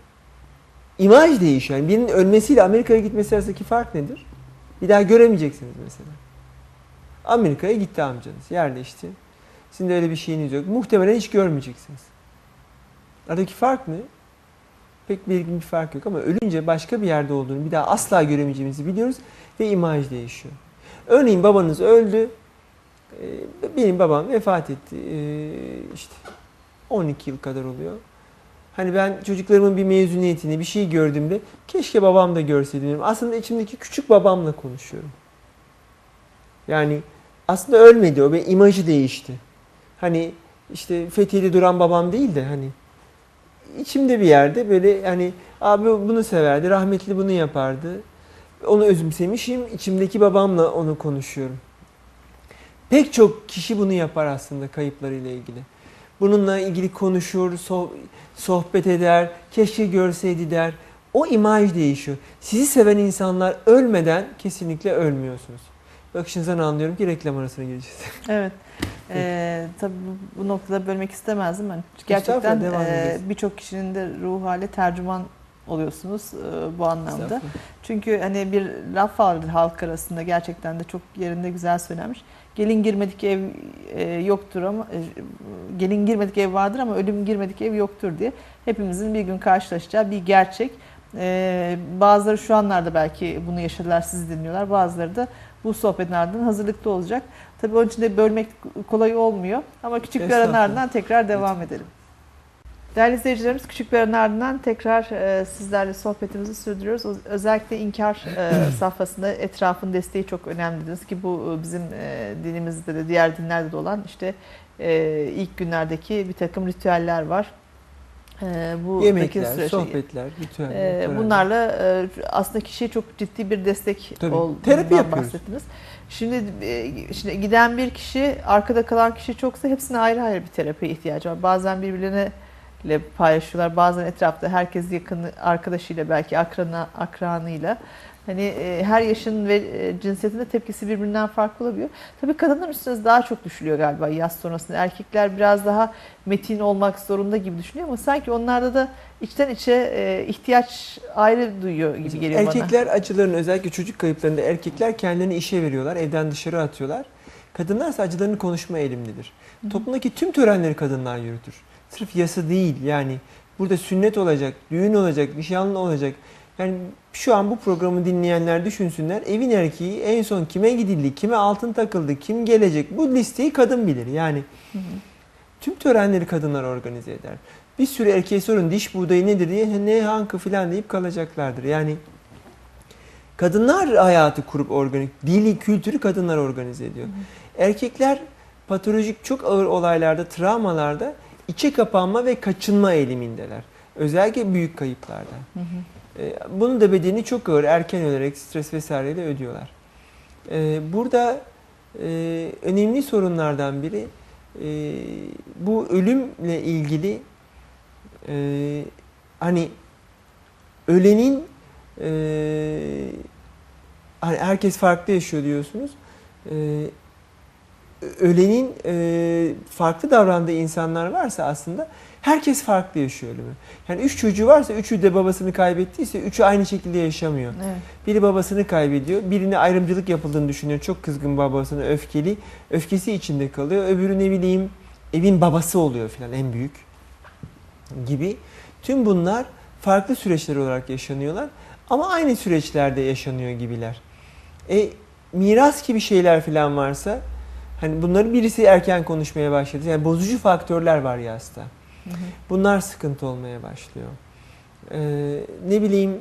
imaj değişiyor. Yani birinin ölmesiyle Amerika'ya gitmesi arasındaki fark nedir? Bir daha göremeyeceksiniz mesela. Amerika'ya gitti amcanız, yerleşti. Sizin de öyle bir şeyiniz yok. Muhtemelen hiç görmeyeceksiniz. Aradaki fark ne? Pek belirgin bir fark yok ama ölünce başka bir yerde olduğunu bir daha asla göremeyeceğimizi biliyoruz ve imaj değişiyor. Örneğin babanız öldü, Ee, benim babam vefat etti. Ee, işte on iki yıl kadar oluyor. Hani ben çocuklarımın bir mezuniyetini, bir şey gördüğümde keşke babam da görseydi diyorum. Aslında içimdeki küçük babamla konuşuyorum. Yani aslında ölmedi o, ve imajı değişti. Hani işte Fethiye'de duran babam değil de hani içimde bir yerde böyle, hani abi bunu severdi, rahmetli bunu yapardı. Onu özümsemişim, içimdeki babamla onu konuşuyorum. Pek çok kişi bunu yapar aslında kayıplarıyla ilgili. Bununla ilgili konuşur, sohbet eder, keşke görseydi der. O imaj değişiyor. Sizi seven insanlar ölmeden kesinlikle ölmüyorsunuz. Bakışınızdan anlıyorum ki reklam arasına gireceğiz. Evet. Ee, tabii bu, bu noktada bölmek istemezdim. Yani gerçekten e, birçok kişinin de ruh hali tercüman oluyorsunuz e, bu anlamda. Çünkü hani bir laf vardır halk arasında, gerçekten de çok yerinde güzel söylenmiş. Gelin girmedik ev e, yoktur ama e, gelin girmedik ev vardır ama ölüm girmedik ev yoktur diye. Hepimizin bir gün karşılaşacağı bir gerçek. E, bazıları şu anlarda belki bunu yaşadılar, sizi dinliyorlar. Bazıları da bu sohbetin ardından hazırlıklı olacak. Tabii onun için de bölmek kolay olmuyor. Ama küçük bir aranın ardından tekrar devam edelim. Değerli izleyicilerimiz, küçük bir aranın ardından tekrar e, sizlerle sohbetimizi sürdürüyoruz. Özellikle inkar e, safhasında etrafın desteği çok önemlidir ki bu bizim e, dinimizde de diğer dinlerde de olan işte e, ilk günlerdeki bir takım ritüeller var. E, bu Yemekler, süreçte, sohbetler, ritüeller. E, bunlarla e, aslında kişiye çok ciddi bir destek olduğundan bahsettiniz. Şimdi, şimdi giden bir kişi, arkada kalan kişi çoksa hepsine ayrı ayrı bir terapiye ihtiyacı var. Bazen birbirlerine ile paylaşıyorlar. Bazen etrafta herkes yakın arkadaşıyla, belki akranı, akranıyla. Hani e, her yaşın ve e, cinsiyetin de tepkisi birbirinden farklı olabiliyor. Tabii kadınlar üstüne daha çok düşülüyor galiba yaz sonrasında. Erkekler biraz daha metin olmak zorunda gibi düşünüyor ama sanki onlarda da içten içe e, ihtiyaç ayrı duyuyor gibi geliyor erkekler, bana. Erkekler acılarını, özellikle çocuk kayıplarında erkekler kendilerini işe veriyorlar, evden dışarı atıyorlar. Kadınlarsa acılarını konuşma eğilimlidir. Hı hı. Toplumdaki tüm törenleri kadınlar yürütür. Sırf yası değil, yani burada sünnet olacak, düğün olacak, nişanlı olacak. Yani şu an bu programı dinleyenler düşünsünler, evin erkeği en son kime gidildi, kime altın takıldı, kim gelecek, bu listeyi kadın bilir. Yani hı hı. Tüm törenleri kadınlar organize eder. Bir sürü erkeğe sorun diş buğdayı nedir diye, ne hankı falan deyip kalacaklardır. Yani kadınlar hayatı kurup organik, dili, kültürü kadınlar organize ediyor. Hı hı. Erkekler patolojik çok ağır olaylarda, travmalarda içe kapanma ve kaçınma eğilimindeler. Özellikle büyük kayıplarda. Hı hı. Bunun da bedelini çok ağır, erken ölerek, stres vesaireyle ödüyorlar. Burada önemli sorunlardan biri bu ölümle ilgili, hani ölenin, hani herkes farklı yaşıyor diyorsunuz. Ölenin farklı davrandığı insanlar varsa aslında herkes farklı yaşıyor ölümü. Yani üç çocuğu varsa üçü de babasını kaybettiyse üçü aynı şekilde yaşamıyor. Evet. Biri babasını kaybediyor, birine ayrımcılık yapıldığını düşünüyor. Çok kızgın babasına, öfkeli. Öfkesi içinde kalıyor. Öbürü ne bileyim evin babası oluyor falan, en büyük gibi. Tüm bunlar farklı süreçler olarak yaşanıyorlar. Ama aynı süreçlerde yaşanıyor gibiler. E, miras gibi şeyler falan varsa, hani bunları birisi erken konuşmaya başladı. Yani bozucu faktörler var yasta. Hı hı. Bunlar sıkıntı olmaya başlıyor. Ee, ne bileyim,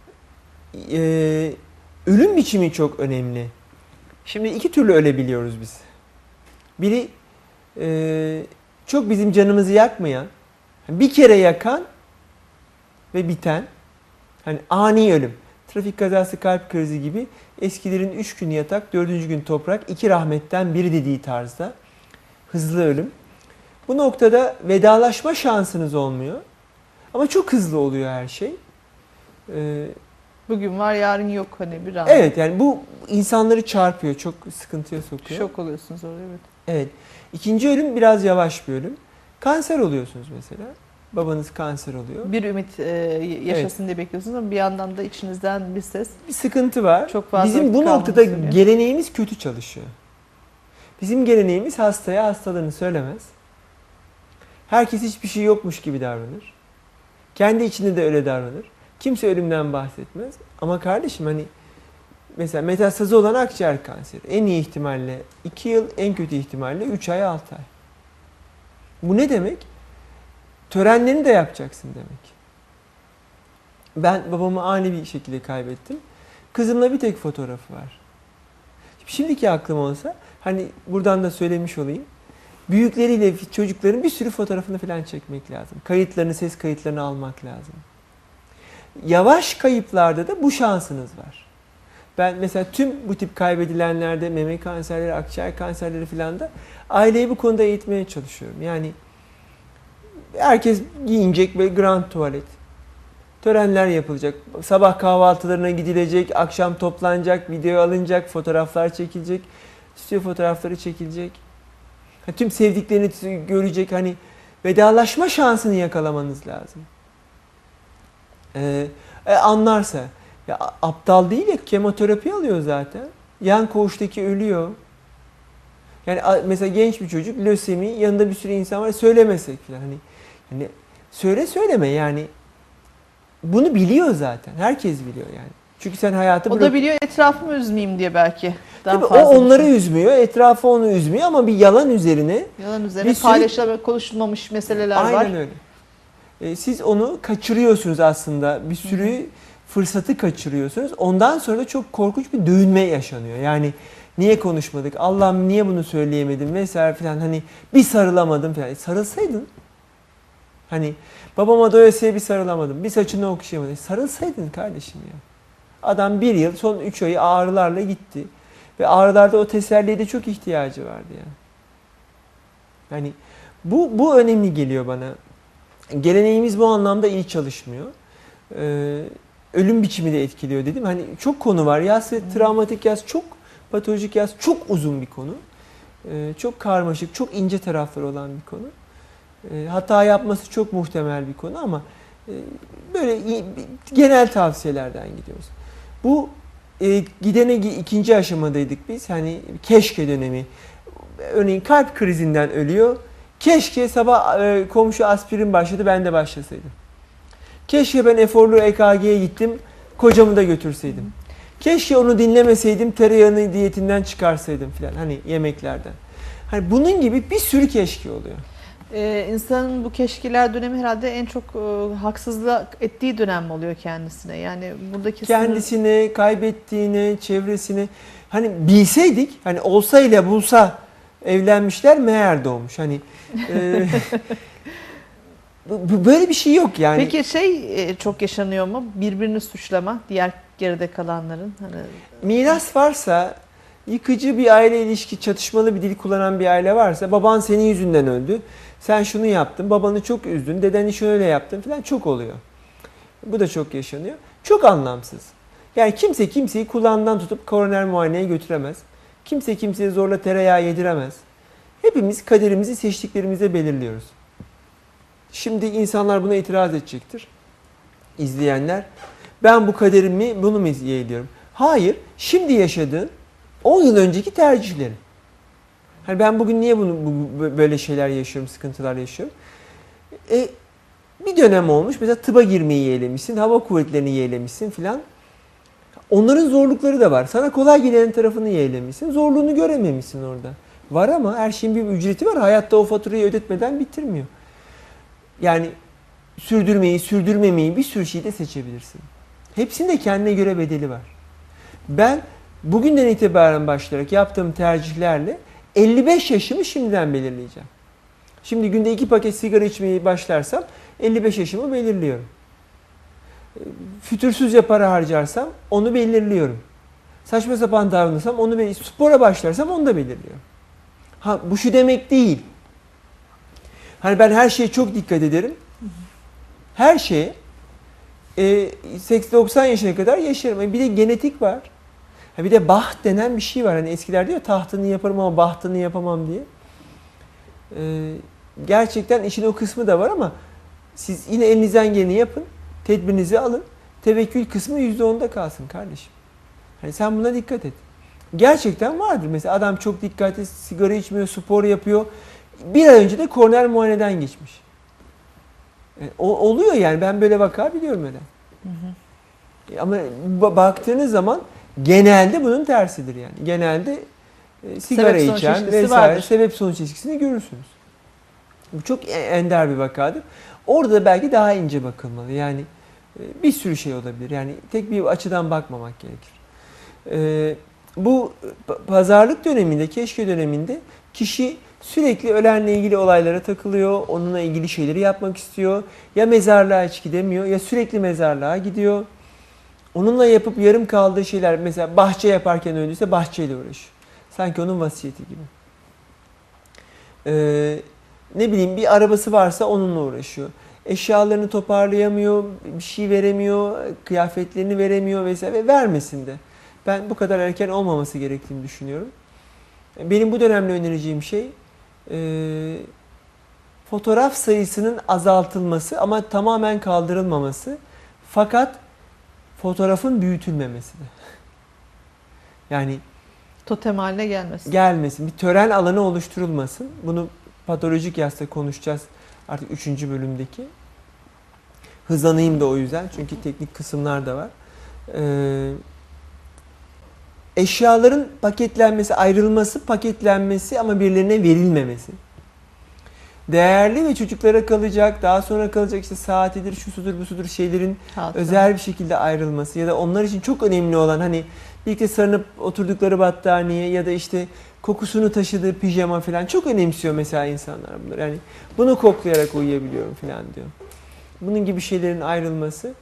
e, ölüm biçimi çok önemli. Şimdi iki türlü ölebiliyoruz biz. Biri e, çok bizim canımızı yakmayan, bir kere yakan ve biten, hani ani ölüm. Trafik kazası, kalp krizi gibi, eskilerin üç gün yatak, dördüncü gün toprak, iki rahmetten biri dediği tarzda hızlı ölüm. Bu noktada vedalaşma şansınız olmuyor. Ama çok hızlı oluyor her şey. Ee, Bugün var, yarın yok, hani bir anda. Evet, yani bu insanları çarpıyor, çok sıkıntıya sokuyor. Şok oluyorsunuz orada, evet. Evet. İkinci ölüm biraz yavaş bir ölüm. Kanser oluyorsunuz mesela. Babanız kanser oluyor. Bir ümit e, yaşasın, evet, diye bekliyorsunuz ama bir yandan da içinizden bir ses. Bir sıkıntı var. Çok fazla Bizim bu noktada söylüyor. Geleneğimiz kötü çalışıyor. Bizim geleneğimiz hastaya hastalığını söylemez. Herkes hiçbir şey yokmuş gibi davranır. Kendi içinde de öyle davranır. Kimse ölümden bahsetmez. Ama kardeşim, hani Mesela metastazı olan akciğer kanseri. En iyi ihtimalle iki yıl, en kötü ihtimalle üç ay, altı ay. Bu ne demek? Törenlerini de yapacaksın demek. Ben babamı ani bir şekilde kaybettim. Kızımla bir tek fotoğrafı var. Şimdiki aklım olsa, hani buradan da söylemiş olayım. Büyükleriyle çocukların bir sürü fotoğrafını falan çekmek lazım. Kayıtlarını, ses kayıtlarını almak lazım. Yavaş kayıplarda da bu şansınız var. Ben mesela tüm bu tip kaybedilenlerde meme kanserleri, akciğer kanserleri falan da aileyi bu konuda eğitmeye çalışıyorum. Yani herkes giyinecek böyle grand tuvalet. Törenler yapılacak. Sabah kahvaltılarına gidilecek, akşam toplanacak, video alınacak, fotoğraflar çekilecek, stüdyo fotoğrafları çekilecek. Tüm sevdiklerini görecek, hani vedalaşma şansını yakalamanız lazım. Ee, e, anlarsa, ya aptal değil ya, kemoterapi alıyor zaten. Yan koğuştaki ölüyor. Yani mesela genç bir çocuk, lösemi, yanında bir sürü insan var, söylemesek falan. Hani, hani söyle söyleme yani. Bunu biliyor zaten. Herkes biliyor yani. Çünkü sen hayatı O bırak... da biliyor, etrafımı üzmeyeyim diye belki. Daha Tabii fazla o onları düşün. üzmüyor, etrafı onu üzmüyor ama bir yalan üzerine... Yalan üzerine sürü... paylaşılan, konuşulmamış meseleler Aynen var. Aynen öyle. Ee, siz onu kaçırıyorsunuz aslında. Bir sürü Hı-hı. fırsatı kaçırıyorsunuz. Ondan sonra da çok korkunç bir dövünme yaşanıyor. Yani niye konuşmadık, Allah'ım niye bunu söyleyemedim vesaire falan. Hani bir sarılamadım falan. E, sarılsaydın. Hani babama doyasıya bir sarılamadım, bir saçını okşayamadım. E, sarılsaydın kardeşim ya. Adam bir yıl, son üç ayı ağrılarla gitti. Ve ağrılarda o teselliye de çok ihtiyacı vardı yani. Yani bu, bu önemli geliyor bana. Geleneğimiz bu anlamda iyi çalışmıyor. Ee, ölüm biçimi de etkiliyor dedim. Hani çok konu var. Yas ve travmatik yas, çok patolojik yas, çok uzun bir konu. Ee, çok karmaşık, çok ince tarafları olan bir konu. Ee, hata yapması çok muhtemel bir konu ama e, böyle genel tavsiyelerden gidiyoruz. Bu e, gidene ikinci aşamadaydık biz. Hani keşke dönemi. Örneğin kalp krizinden ölüyor. Keşke sabah e, komşu aspirin başladı, ben de başlasaydım. Keşke ben eforlu E K G'ye gittim, kocamı da götürseydim. Keşke onu dinlemeseydim, tereyağını diyetinden çıkarsaydım filan, hani yemeklerden. Hani bunun gibi bir sürü keşke oluyor. Ee, insanın bu keşkeler dönemi herhalde en çok e, haksızlık ettiği dönem oluyor kendisine. Yani buradaki kendisine, sınır... kaybettiğine, çevresine. Hani bilseydik, hani olsa ile bulsa evlenmişler meğer doğmuş. Hani e, böyle bir şey yok yani. Peki şey e, çok yaşanıyor mu? Birbirini suçlama, diğer geride kalanların. Hani... Miras varsa, yıkıcı bir aile ilişki, çatışmalı bir dil kullanan bir aile varsa, baban senin yüzünden öldü, sen şunu yaptın, babanı çok üzdün, dedeni şöyle yaptın falan, çok oluyor. Bu da çok yaşanıyor. Çok anlamsız. Yani kimse kimseyi kulağından tutup koroner muayeneye götüremez. Kimse kimseye zorla tereyağı yediremez. Hepimiz kaderimizi seçtiklerimize belirliyoruz. Şimdi insanlar buna itiraz edecektir. İzleyenler, ben bu kaderimi, bunu mu yeğliyorum? Hayır, şimdi yaşadığın on yıl önceki tercihleri. Hani ben bugün niye bunu bu, böyle şeyler yaşıyorum, sıkıntılar yaşıyorum? E, bir dönem olmuş, mesela tıba girmeyi yeğlemişsin, hava kuvvetlerini yeğlemişsin filan. Onların zorlukları da var. Sana kolay gelen tarafını yeğlemişsin, zorluğunu görememişsin orada. Var ama her şeyin bir ücreti var. Hayatta o faturayı ödetmeden bitirmiyor. Yani sürdürmeyi, sürdürmemeyi, bir sürü şeyi de seçebilirsin. Hepsinde kendine göre bedeli var. Ben bugünden itibaren başlayarak yaptığım tercihlerle elli beş yaşımı şimdiden belirleyeceğim. Şimdi günde iki paket sigara içmeyi başlarsam elli beş yaşımı belirliyorum. Fütursuzca para harcarsam onu belirliyorum. Saçma sapan davranırsam onu belirliyorum. Spora başlarsam onu da belirliyorum. Ha, bu şu demek değil. Hani ben her şeye çok dikkat ederim. Her şeye e, seksen doksan yaşına kadar yaşarım. Bir de genetik var. Ha, bir de baht denen bir şey var. Hani eskiler diyor tahtını yaparım ama bahtını yapamam diye. E, gerçekten işin o kısmı da var ama siz yine elinizden geleni yapın. Tedbirinizi alın. Tevekkül kısmı yüzde onda kalsın kardeşim. Hani sen buna dikkat et. Gerçekten vardır. Mesela adam çok dikkatli, sigara içmiyor, spor yapıyor. Bir ay önce de koroner muayeneden geçmiş. Yani o, oluyor yani. Ben böyle vaka biliyorum öyle. Hı hı. Ama baktığınız zaman genelde bunun tersidir yani. Genelde e, sigara Sebep sonuç içen ilişkisi vesaire vardır. sebep sonuç ilişkisini görürsünüz. Bu çok e- ender bir vakadır. Orada da belki daha ince bakılmalı. Yani e, bir sürü şey olabilir. Yani tek bir açıdan bakmamak gerekir. E, bu pa- pazarlık döneminde, keşke döneminde kişi sürekli ölenle ilgili olaylara takılıyor. Onunla ilgili şeyleri yapmak istiyor. Ya mezarlığa hiç gidemiyor ya sürekli mezarlığa gidiyor. Onunla yapıp yarım kaldığı şeyler, mesela bahçe yaparken öldüyse bahçeyle uğraşıyor. Sanki onun vasiyeti gibi. Ee, ne bileyim bir arabası varsa onunla uğraşıyor. Eşyalarını toparlayamıyor, bir şey veremiyor, kıyafetlerini veremiyor vesaire. Ve vermesin de. Ben bu kadar erken olmaması gerektiğini düşünüyorum. Benim bu dönemde önereceğim şey e, fotoğraf sayısının azaltılması ama tamamen kaldırılmaması. Fakat fotoğrafın büyütülmemesi de. Yani Totem haline gelmesin. gelmesin. Bir tören alanı oluşturulmasın. Bunu patolojik yasta konuşacağız artık üçüncü bölümdeki. Hızlanayım da o yüzden. Çünkü teknik kısımlar da var. Ee, eşyaların paketlenmesi, ayrılması, paketlenmesi ama birilerine verilmemesi. Değerli ve çocuklara kalacak, daha sonra kalacak işte saatidir, şu sudur, bu sudur şeylerin Hatıra. özel bir şekilde ayrılması ya da onlar için çok önemli olan hani birlikte sarınıp oturdukları battaniye ya da işte kokusunu taşıdığı pijama falan çok önemsiyor mesela insanlar bunları. Yani bunu koklayarak uyuyabiliyorum falan diyor. Bunun gibi şeylerin ayrılması.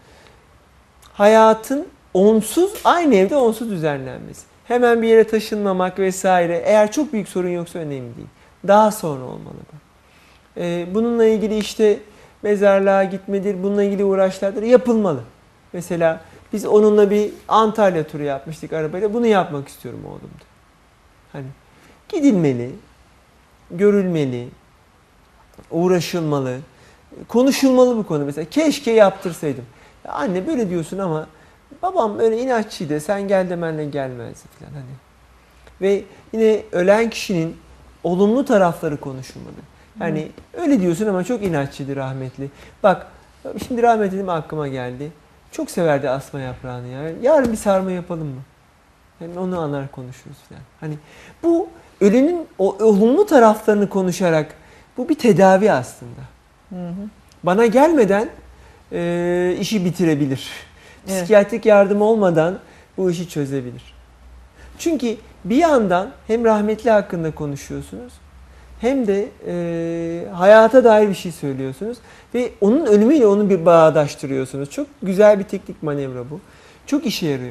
Hayatın onsuz, aynı evde onsuz düzenlenmesi. Hemen bir yere taşınmamak vesaire. Eğer çok büyük sorun yoksa önemli değil. Daha sonra olmalı bu. Ee, bununla ilgili işte mezarlığa gitmedir, bununla ilgili uğraşlardır yapılmalı. Mesela biz onunla bir Antalya turu yapmıştık arabayla. Bunu yapmak istiyorum oğlumda. Hani gidilmeli, görülmeli, uğraşılmalı, konuşulmalı bu konu. Mesela keşke yaptırsaydım. Ya anne böyle diyorsun ama babam öyle inatçıydı. Sen gel demenle gelmezdi falan hani. Ve yine ölen kişinin olumlu tarafları konuşulmalı. Yani öyle diyorsun ama çok inatçıydı rahmetli. Bak şimdi rahmetli dedim aklıma geldi. Çok severdi asma yaprağını ya. Yarın bir sarma yapalım mı? Yani onu anlar konuşuruz falan. Hani bu ölenin o olumlu taraflarını konuşarak bu bir tedavi aslında. Hı hı. Bana gelmeden e, işi bitirebilir. Evet. Psikiyatrik yardım olmadan bu işi çözebilir. Çünkü bir yandan hem rahmetli hakkında konuşuyorsunuz hem de e, hayata dair bir şey söylüyorsunuz ve onun ölümüyle onu bir bağdaştırıyorsunuz. Çok güzel bir teknik manevra bu. Çok işe yarıyor.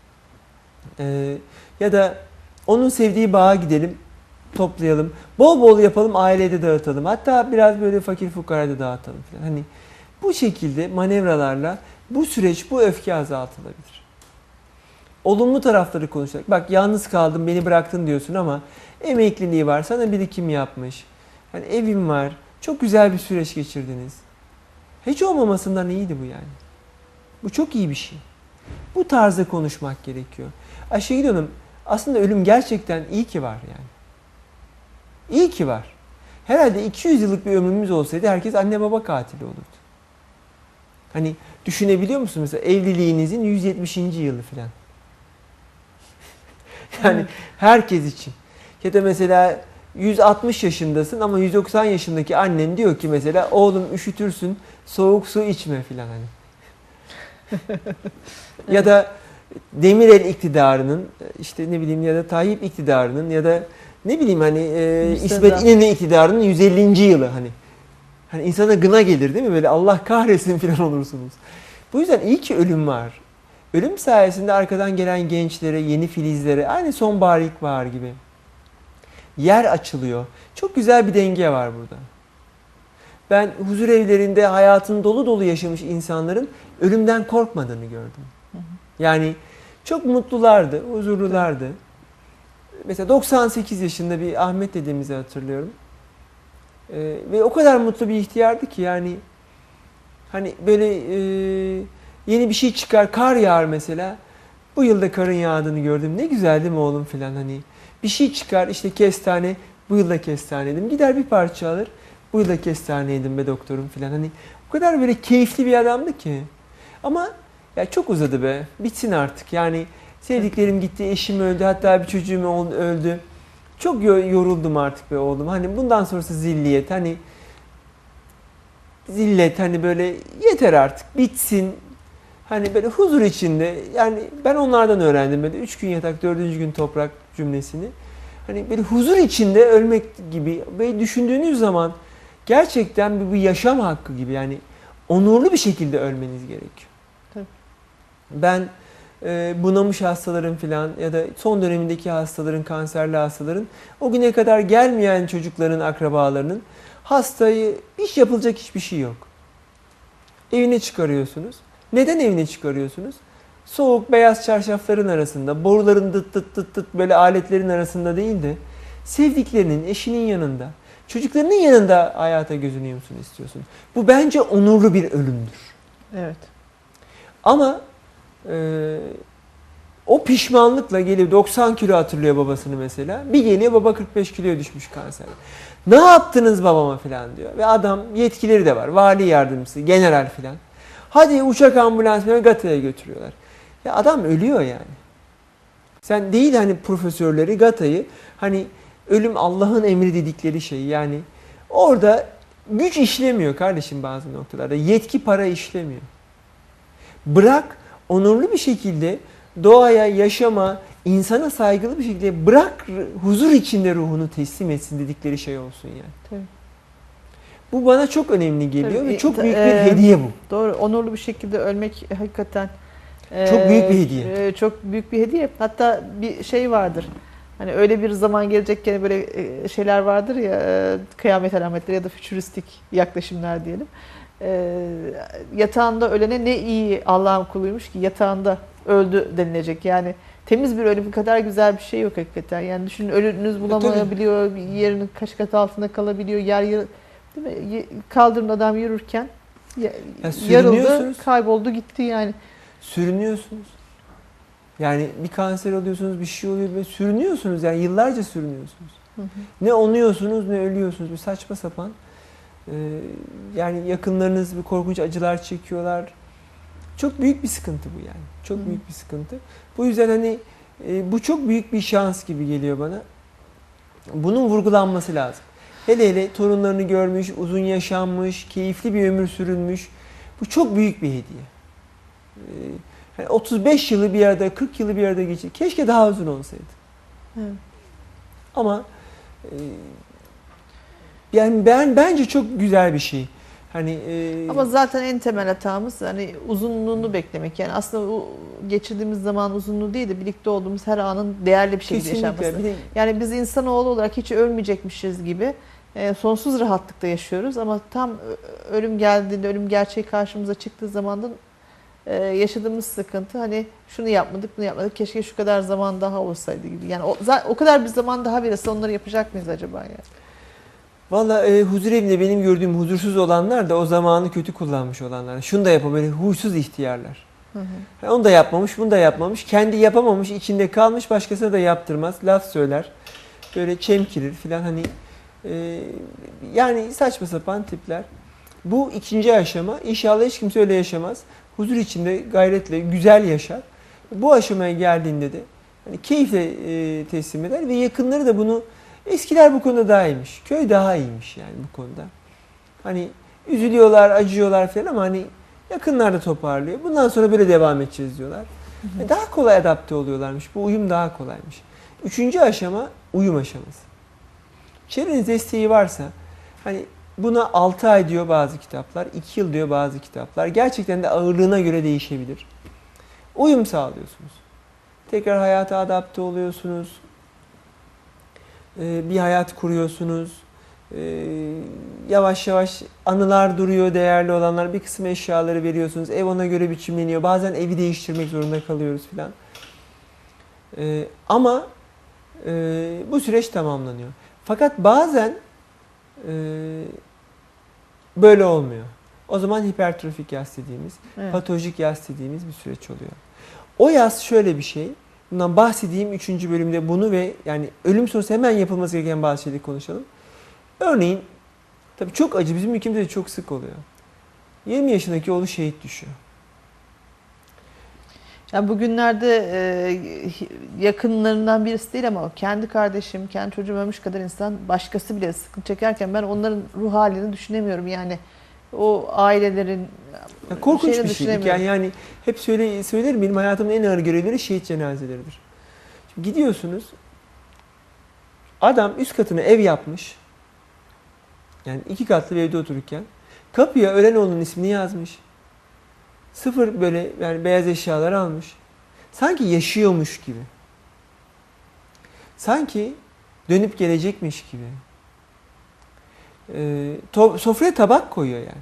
E, ya da onun sevdiği bağa gidelim, toplayalım. Bol bol yapalım, ailede dağıtalım. Hatta biraz böyle fakir fukarada dağıtalım falan. Hani bu şekilde manevralarla bu süreç, bu öfke azaltılabilir. Olumlu tarafları konuşarak. Bak yalnız kaldım, beni bıraktın diyorsun ama emekliliği var, sana birikim yapmış. Hani evim var, çok güzel bir süreç geçirdiniz. Hiç olmamasından iyiydi bu yani. Bu çok iyi bir şey. Bu tarzda konuşmak gerekiyor. Ayşegül Hanım, aslında ölüm gerçekten iyi ki var yani. İyi ki var. Herhalde iki yüz yıllık bir ömrümüz olsaydı herkes anne baba katili olurdu. Hani düşünebiliyor musunuz mesela evliliğinizin yüz yetmişinci yılı falan. Yani herkes için. Ya da mesela yüz altmış yaşındasın ama yüz doksan yaşındaki annen diyor ki mesela oğlum üşütürsün, soğuk su içme filan hani. Ya da Demirel iktidarının işte ne bileyim ya da Tayyip iktidarının ya da ne bileyim hani e, İsmet İnönü iktidarının yüz ellinci yılı hani. Hani insana gına gelir değil mi? Böyle Allah kahretsin filan olursunuz. Bu yüzden iyi ki ölüm var. Ölüm sayesinde arkadan gelen gençlere, yeni filizlere, aynı sonbahar ilkbahar gibi yer açılıyor. Çok güzel bir denge var burada. Ben huzur evlerinde hayatını dolu dolu yaşamış insanların ölümden korkmadığını gördüm. Yani çok mutlulardı, huzurlulardı. Mesela doksan sekiz yaşında bir Ahmet dedemizi hatırlıyorum. Ee, ve o kadar mutlu bir ihtiyardı ki yani hani böyle e, yeni bir şey çıkar, kar yağar mesela. Bu yılda karın yağdığını gördüm. Ne güzel değil mi oğlum filan hani. Bir şey çıkar işte kestane, bu yılda kestane yedim. Gider bir parça alır. Bu yılda kestane yedim be doktorum filan. Hani o kadar böyle keyifli bir adamdı ki. Ama ya çok uzadı be. Bitsin artık. Yani Sevdiklerim gitti, eşim öldü, hatta bir çocuğum öldü. Çok yoruldum artık be oğlum. Hani bundan sonrası zilliyet, hani zillet, hani böyle yeter artık, bitsin. Hani böyle huzur içinde, yani ben onlardan öğrendim böyle üç gün yatak, dördüncü gün toprak cümlesini. Hani böyle huzur içinde ölmek gibi ve düşündüğünüz zaman gerçekten bir, bir yaşam hakkı gibi, yani onurlu bir şekilde ölmeniz gerekiyor. Tabii. Ben e, bunamış hastaların filan ya da son dönemindeki hastaların, kanserli hastaların, o güne kadar gelmeyen çocukların, akrabalarının hastayı, hiç yapılacak hiçbir şey yok. Evine çıkarıyorsunuz. Neden evine çıkarıyorsunuz? Soğuk beyaz çarşafların arasında, boruların dıt dıt dıt dıt böyle aletlerin arasında değil de sevdiklerinin, eşinin yanında, çocuklarının yanında hayata gözünü yumsun istiyorsun. Bu bence onurlu bir ölümdür. Evet. Ama e, o pişmanlıkla geliyor, doksan kilo hatırlıyor babasını mesela. Bir geliyor, baba kırk beş kiloya düşmüş kanser. Ne yaptınız babama falan diyor. Ve adam, yetkileri de var. Vali yardımcısı, general falan. Hadi uçak, ambulans falan Gata'ya götürüyorlar. Ya adam ölüyor yani. Sen değil hani profesörleri, Gata'yı, hani ölüm Allah'ın emri dedikleri şey, yani orada güç işlemiyor kardeşim bazı noktalarda. Yetki, para işlemiyor. Bırak onurlu bir şekilde doğaya, yaşama, insana saygılı bir şekilde bırak, huzur içinde ruhunu teslim etsin dedikleri şey olsun yani. Tabii. Bu bana çok önemli geliyor. Tabii, ve çok büyük e, bir hediye bu. Doğru, onurlu bir şekilde ölmek hakikaten Çok büyük bir e, hediye. e, çok büyük bir hediye. Hatta bir şey vardır. Hani öyle bir zaman gelecekken böyle e, şeyler vardır ya, e, kıyamet alametleri ya da fütüristik yaklaşımlar diyelim. E, yatağında ölene ne iyi Allah'ın kuluymuş ki yatağında öldü denilecek. Yani temiz bir ölüm kadar güzel bir şey yok hakikaten. Yani düşünün, ölünüz bulamayabiliyor, yerinin kaç kat altında kalabiliyor, yer yer değil mi? Kaldırımda adam yürürken Ya yarıldı, kayboldu, gitti yani. Sürünüyorsunuz. Yani bir kanser oluyorsunuz, bir şey oluyor ve sürünüyorsunuz. Yani yıllarca sürünüyorsunuz. Hı hı. Ne onuyorsunuz ne ölüyorsunuz. Bir saçma sapan. Ee, yani yakınlarınız bir korkunç acılar çekiyorlar. Çok büyük bir sıkıntı bu yani. Çok hı hı. büyük bir sıkıntı. Bu yüzden hani e, bu çok büyük bir şans gibi geliyor bana. Bunun vurgulanması lazım. Hele hele torunlarını görmüş, uzun yaşanmış, keyifli bir ömür sürülmüş. Bu çok büyük bir hediye. Yani otuz beş yılı bir arada, kırk yılı bir arada geçir. Keşke daha uzun olsaydı. Evet. Ama e, yani ben bence çok güzel bir şey. Hani e, ama zaten en temel hatamız hani uzunluğunu beklemek. Yani aslında o geçirdiğimiz zaman uzunluğu değil de birlikte olduğumuz her anın değerli bir şekilde yaşanması. De, yani biz insanoğlu olarak hiç ölmeyecekmişiz gibi e, sonsuz rahatlıkta yaşıyoruz ama tam ölüm geldiğinde, ölüm gerçeği karşımıza çıktığı zaman da e, yaşadığımız sıkıntı, hani şunu yapmadık, bunu yapmadık, keşke şu kadar zaman daha olsaydı gibi. Yani o, o kadar bir zaman daha verirse onları yapacak mıyız acaba yani? Valla e, huzur evinde benim gördüğüm huzursuz olanlar da o zamanı kötü kullanmış olanlar. Şunu da yapamamış, böyle huysuz ihtiyarlar. Hı hı. Yani onu da yapmamış, bunu da yapmamış. Kendi yapamamış, içinde kalmış, başkasına da yaptırmaz. Laf söyler, böyle çemkirir filan, hani e, yani saçma sapan tipler. Bu ikinci aşama. İnşallah hiç kimse öyle yaşamaz. Huzur içinde gayretle güzel yaşar. Bu aşamaya geldiğinde de hani keyifle e, teslim eder ve yakınları da bunu. Eskiler bu konuda daha iyiymiş. Köy daha iyiymiş yani bu konuda. Hani üzülüyorlar, acıyorlar falan ama hani yakınlar da toparlıyor. Bundan sonra böyle devam edeceğiz diyorlar. Hı hı. Daha kolay adapte oluyorlarmış. Bu uyum daha kolaymış. Üçüncü aşama uyum aşaması. Çevrenin desteği varsa, hani buna altı ay diyor bazı kitaplar, iki yıl diyor bazı kitaplar. Gerçekten de ağırlığına göre değişebilir. Uyum sağlıyorsunuz. Tekrar hayata adapte oluyorsunuz. Bir hayat kuruyorsunuz. Yavaş yavaş anılar duruyor, değerli olanlar. Bir kısım eşyaları veriyorsunuz. Ev ona göre biçimleniyor. Bazen evi değiştirmek zorunda kalıyoruz filan. Ama bu süreç tamamlanıyor. Fakat bazen böyle olmuyor. O zaman hipertrofik yas dediğimiz, evet, patolojik yas dediğimiz bir süreç oluyor. O yas şöyle bir şey. Bundan bahsedeyim üçüncü bölümde bunu ve yani ölüm sonrası hemen yapılması gereken bazı şeyleri konuşalım. Örneğin, tabii çok acı, bizim ülkemizde de çok sık oluyor. yirmi yaşındaki oğlu şehit düşüyor. Yani bugünlerde e, yakınlarından birisi değil ama kendi kardeşim, kendi çocuğum ölmüş kadar insan başkası bile sıkıntı çekerken ben onların ruh halini düşünemiyorum. Yani o ailelerin Ya korkunç şeyini bir şeylik. Yani, düşünemiyorum. yani hep söyle, söylerim, benim hayatımın en ağır görevleri şehit cenazeleridir. Şimdi gidiyorsunuz, adam üst katına ev yapmış. Yani iki katlı bir evde otururken kapıya ölen oğlunun ismini yazmış. Sıfır böyle yani beyaz eşyalar almış. Sanki yaşıyormuş gibi. Sanki dönüp gelecekmiş gibi. Ee, to- sofraya tabak koyuyor yani.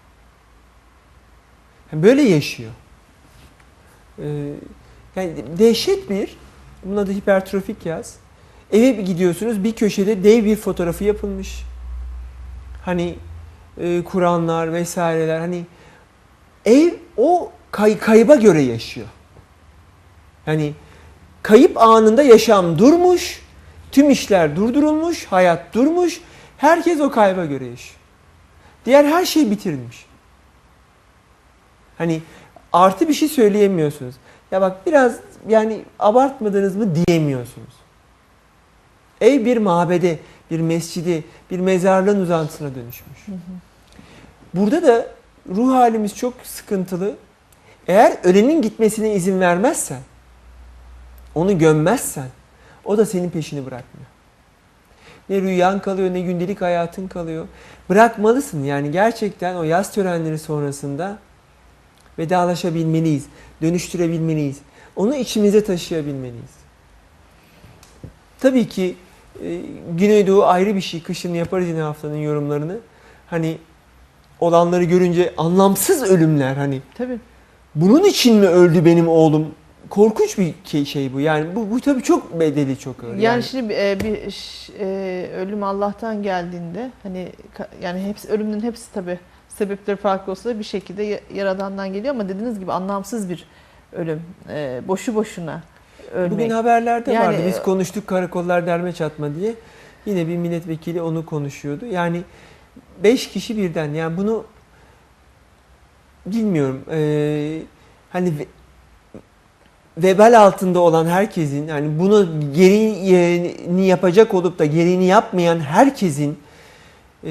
Yani böyle yaşıyor. Ee, yani dehşet bir, bunun adı hipertrofik yaz. Eve bir gidiyorsunuz, bir köşede dev bir fotoğrafı yapılmış. Hani e, Kur'anlar vesaireler, hani ev o kay- kayba göre yaşıyor. Yani kayıp anında yaşam durmuş, tüm işler durdurulmuş, hayat durmuş, herkes o kayba göre yaşıyor. Diğer her şey bitirilmiş. Hani artı bir şey söyleyemiyorsunuz. Ya bak biraz yani abartmadınız mı diyemiyorsunuz. Ev bir mabede, bir mescidi, bir mezarlığın uzantısına dönüşmüş. Hı hı. Burada da ruh halimiz çok sıkıntılı. Eğer ölenin gitmesine izin vermezsen, onu gömmezsen, o da senin peşini bırakmıyor. Ne rüyan kalıyor, ne gündelik hayatın kalıyor. Bırakmalısın yani, gerçekten o yaz törenleri sonrasında vedalaşabilmeliyiz, dönüştürebilmeliyiz. Onu içimize taşıyabilmeliyiz. Tabii ki e, Güneydoğu ayrı bir şey. Kışın yaparız yine haftanın yorumlarını. Hani olanları görünce anlamsız ölümler, hani Tabii. bunun için mi öldü benim oğlum? Korkunç bir şey bu. Yani bu, bu tabii çok bedeli çok ağır. Yani, Yani, şimdi e, bir ş- e, ölüm Allah'tan geldiğinde hani ka- yani hepsi ölümün hepsi tabii sebepleri farklı olsa da bir şekilde ya- Yaradan'dan geliyor ama dediğiniz gibi anlamsız bir ölüm. E, boşu boşuna ölmek. bugün haberlerde Yani, vardı. Biz konuştuk, karakollar derme çatma diye. Yine bir milletvekili onu konuşuyordu. Yani beş kişi birden, yani bunu bilmiyorum. Ee, hani ve- vebal altında olan herkesin, yani bunu gereğini yapacak olup da gereğini yapmayan herkesin e,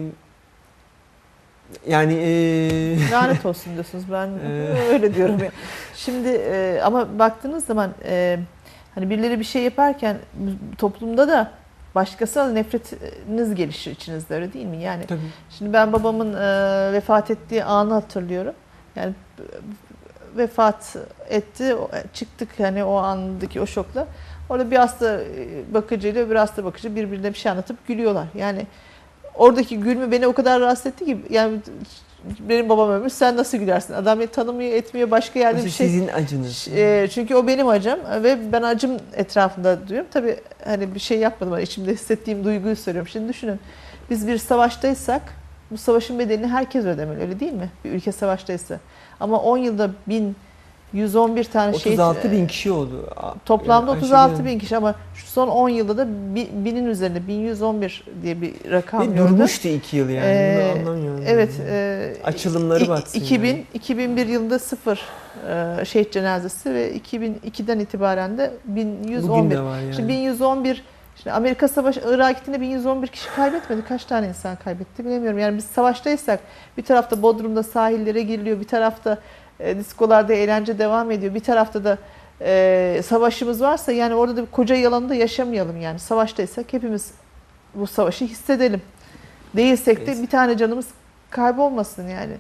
yani e, lanet olsun diyorsunuz. Ben Ee. öyle diyorum ya. Şimdi e, ama baktığınız zaman e, hani birileri bir şey yaparken toplumda da başkasına nefretiniz gelişir içinizde, öyle değil mi? Yani tabii. şimdi ben babamın e, vefat ettiği anı hatırlıyorum. Yani e, vefat etti, o- çıktık hani o andaki o şokla. Orada bir hasta e, bakıcıyla bir hasta bakıcı birbirine bir şey anlatıp gülüyorlar. Yani oradaki gülme beni o kadar rahatsız etti ki, yani benim babam ölmüş, sen nasıl gülersin? Adam beni tanımıyor, etmiyor, başka yerde İşte bir şey. sizin acınız. E, çünkü o benim acım ve ben acım etrafında diyorum. Tabii hani bir şey yapmadım ama içimde hissettiğim duyguyu söylüyorum. Şimdi düşünün, biz bir savaştaysak bu savaşın bedelini herkes ödemeli, öyle değil mi? Bir ülke savaştaysa. Ama on yılda bin yüz on bir tane şehit, otuz altı bin kişi oldu. toplamda Yani otuz altı Ayşegül bin kişi ama şu son on yılda da bi- binin üzerinde bin yüz on bir diye bir rakam Hanım. Ve gördüm. durmuştu iki yıl yani. Ee, Bunu anlamıyorum. Evet. yani. E, Açılımları i- batsın iki bin, yani. iki bin bir yılında sıfır e, şehit cenazesi ve iki bin ikiden itibaren de bin yüz on Bugün bir. de var yani. Şimdi bin yüz on bir, şimdi Amerika Savaşı Irak'a gittiğinde bin yüz on bir kişi kaybetmedi. Kaç tane insan kaybetti bilemiyorum. Yani biz savaştaysak bir tarafta Bodrum'da sahillere giriliyor, bir tarafta e, diskolarda eğlence devam ediyor, bir tarafta da e, savaşımız varsa yani orada da bir koca yalanı da yaşamayalım yani. Savaştaysak hepimiz bu savaşı hissedelim. Değilsek de Evet. bir tane canımız kaybolmasın yani.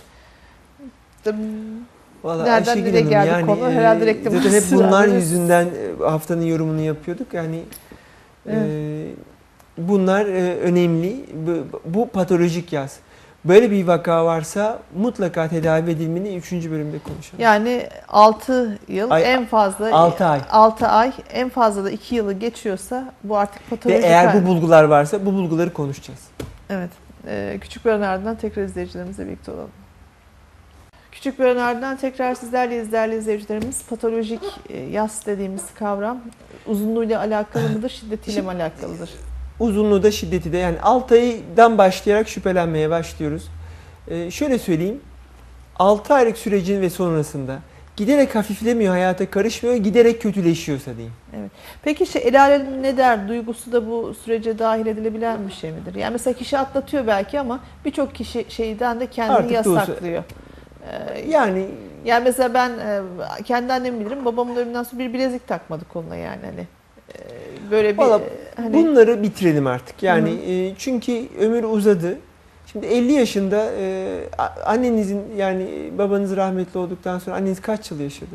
Vallahi Nereden Ayşegül nereye Hanım, geldi yani konu? e, Herhalde reklam zaten hep arası bunlar verdiniz. yüzünden e, haftanın yorumunu yapıyorduk. Yani e, bunlar e, önemli. Bu, bu patolojik yaz. Böyle bir vaka varsa mutlaka tedavi edilmeli. Üçüncü bölümde konuşalım. Yani altı yıl Ay, en fazla altı ay. altı ay en fazla da iki yılı geçiyorsa bu artık Ve patolojik. eğer hal. bu bulgular varsa bu bulguları konuşacağız. Evet. Ee, küçük bir aranın ardından tekrar izleyicilerimizle birlikte olalım. Küçük bir aranın ardından tekrar sizlerle değerli izleyicilerimiz. Patolojik e, yas dediğimiz kavram uzunluğuyla alakalı mıdır, şiddetiyle mi alakalıdır? Uzunluğu da şiddeti de, yani altı aydan başlayarak şüphelenmeye başlıyoruz. Ee, şöyle söyleyeyim. altı aylık sürecin ve sonrasında giderek hafiflemiyor, hayata karışmıyor, giderek kötüleşiyorsa diyeyim. Evet. Peki işte el alem ne der duygusu da bu sürece dahil edilebilen bir şey midir? Yani mesela kişi atlatıyor belki ama birçok kişi şeyden de kendini Artık yasaklıyor. Ee, Yani yani mesela ben e, kendi annemi bilirim. Babamın ölümünden sonra bir bilezik takmadı koluna yani hani. Ee, böyle bir valla hani bunları bitirelim artık. Yani Hı hı. e, çünkü ömür uzadı. Şimdi elli yaşında e, a- annenizin yani babanız rahmetli olduktan sonra anneniz kaç yıl yaşadı?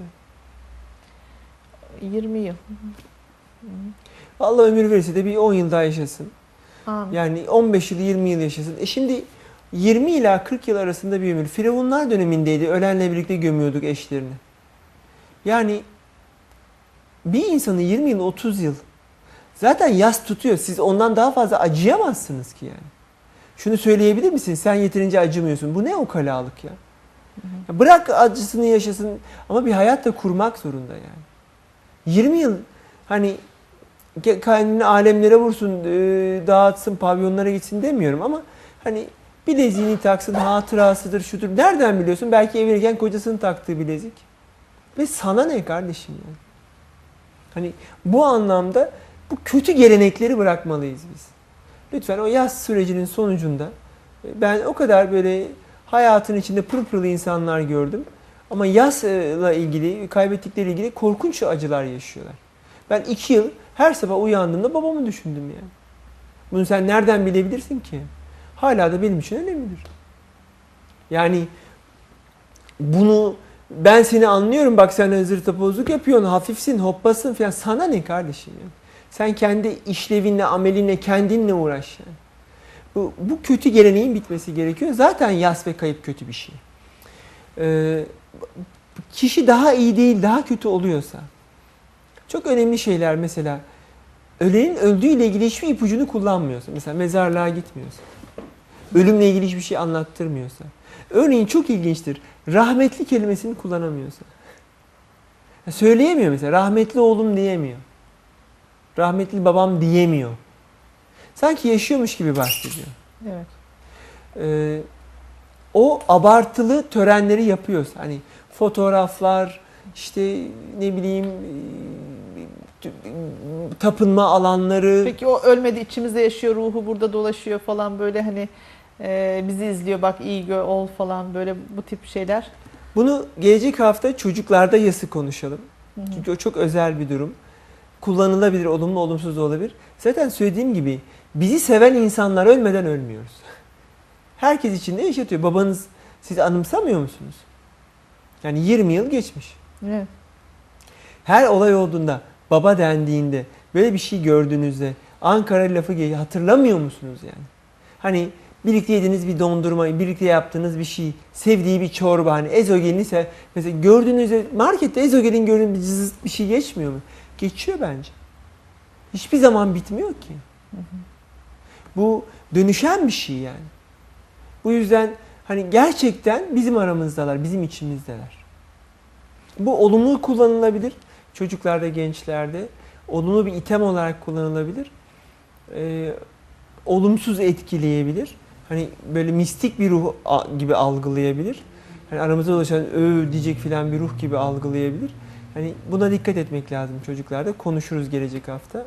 yirmi yıl. Allah ömür verirse de bir on yıl daha yaşasın. Amin. Yani on beş yıl yirmi yıl yaşasın. E şimdi yirmi ila kırk yıl arasında bir ömür. Firavunlar dönemindeydi. Ölenle birlikte gömüyorduk eşlerini. Yani bir insanı yirmi yıl otuz yıl zaten yas tutuyor. Siz ondan daha fazla acıyamazsınız ki yani. Şunu söyleyebilir misin? Sen yeterince acımıyorsun. Bu ne ukalalık ya? Ya bırak acısını yaşasın ama bir hayat da kurmak zorunda yani. yirmi yıl hani kendini alemlere vursun, dağıtsın, pavyonlara gitsin demiyorum ama hani bileziğini taksın, hatırasıdır, şudur. Nereden biliyorsun? Belki evlenirken kocasının taktığı bilezik. Ve sana ne kardeşim yani? Hani bu anlamda bu kötü gelenekleri bırakmalıyız biz. Lütfen o yaz sürecinin sonucunda ben o kadar böyle hayatın içinde pırıl pırıl insanlar gördüm. Ama yazla ilgili, kaybettikleri ilgili korkunç acılar yaşıyorlar. Ben iki yıl her sabah uyandığımda babamı düşündüm yani. Bunu sen nereden bilebilirsin ki? Hala da benim için önemlidir. Yani bunu ben seni anlıyorum, bak sen hazır tapozluk yapıyorsun, hafifsin, hoppasın falan. Sana ne kardeşim yani? Sen kendi işlevinle, amelinle, kendinle uğraş yani. Bu, bu kötü geleneğin bitmesi gerekiyor. Zaten yas ve kayıp kötü bir şey. Ee, kişi daha iyi değil, daha kötü oluyorsa, çok önemli şeyler mesela, ölenin öldüğüyle ilgili hiçbir ipucunu kullanmıyorsa, mesela mezarlığa gitmiyorsa, ölümle ilgili hiçbir şey anlattırmıyorsa, örneğin çok ilginçtir, rahmetli kelimesini kullanamıyorsa, söyleyemiyor mesela, rahmetli oğlum diyemiyor, rahmetli babam diyemiyor, sanki yaşıyormuş gibi bahsediyor. Evet. Ee, o abartılı törenleri yapıyorsa, hani fotoğraflar, işte ne bileyim tapınma alanları. Peki o ölmedi, içimizde yaşıyor, ruhu burada dolaşıyor falan, böyle hani e, bizi izliyor, bak iyi gö ol falan, böyle bu tip şeyler. Bunu gelecek hafta çocuklarda yası konuşalım. Hı hı. Çünkü o çok özel bir durum. Kullanılabilir, olumlu olumsuz da olabilir. Zaten söylediğim gibi bizi seven insanlar ölmeden ölmüyoruz. Herkes içinde yaşatıyor. Babanız sizi anımsamıyor musunuz? Yani yirmi yıl geçmiş. Evet. Her olay olduğunda, baba dendiğinde, böyle bir şey gördüğünüzde Ankara lafı geliyor. Hatırlamıyor musunuz yani? Hani birlikte yediğiniz bir dondurma, birlikte yaptığınız bir şey, sevdiği bir çorba, hani ezogelini sev. Mesela gördüğünüzde markette ezogelin gördüğünüz bir cızıt bir şey geçmiyor mu? Geçiyor bence. Hiçbir zaman bitmiyor ki. Hı hı. Bu dönüşen bir şey yani. Bu yüzden hani gerçekten bizim aramızdalar, bizim içimizdeler. Bu olumlu kullanılabilir. Çocuklarda, gençlerde olumlu bir item olarak kullanılabilir. Ee, olumsuz etkileyebilir. Hani böyle mistik bir ruh gibi algılayabilir. Hani aramızda dolaşan öv diyecek filan bir ruh gibi algılayabilir. Hani buna dikkat etmek lazım çocuklarda. Konuşuruz gelecek hafta.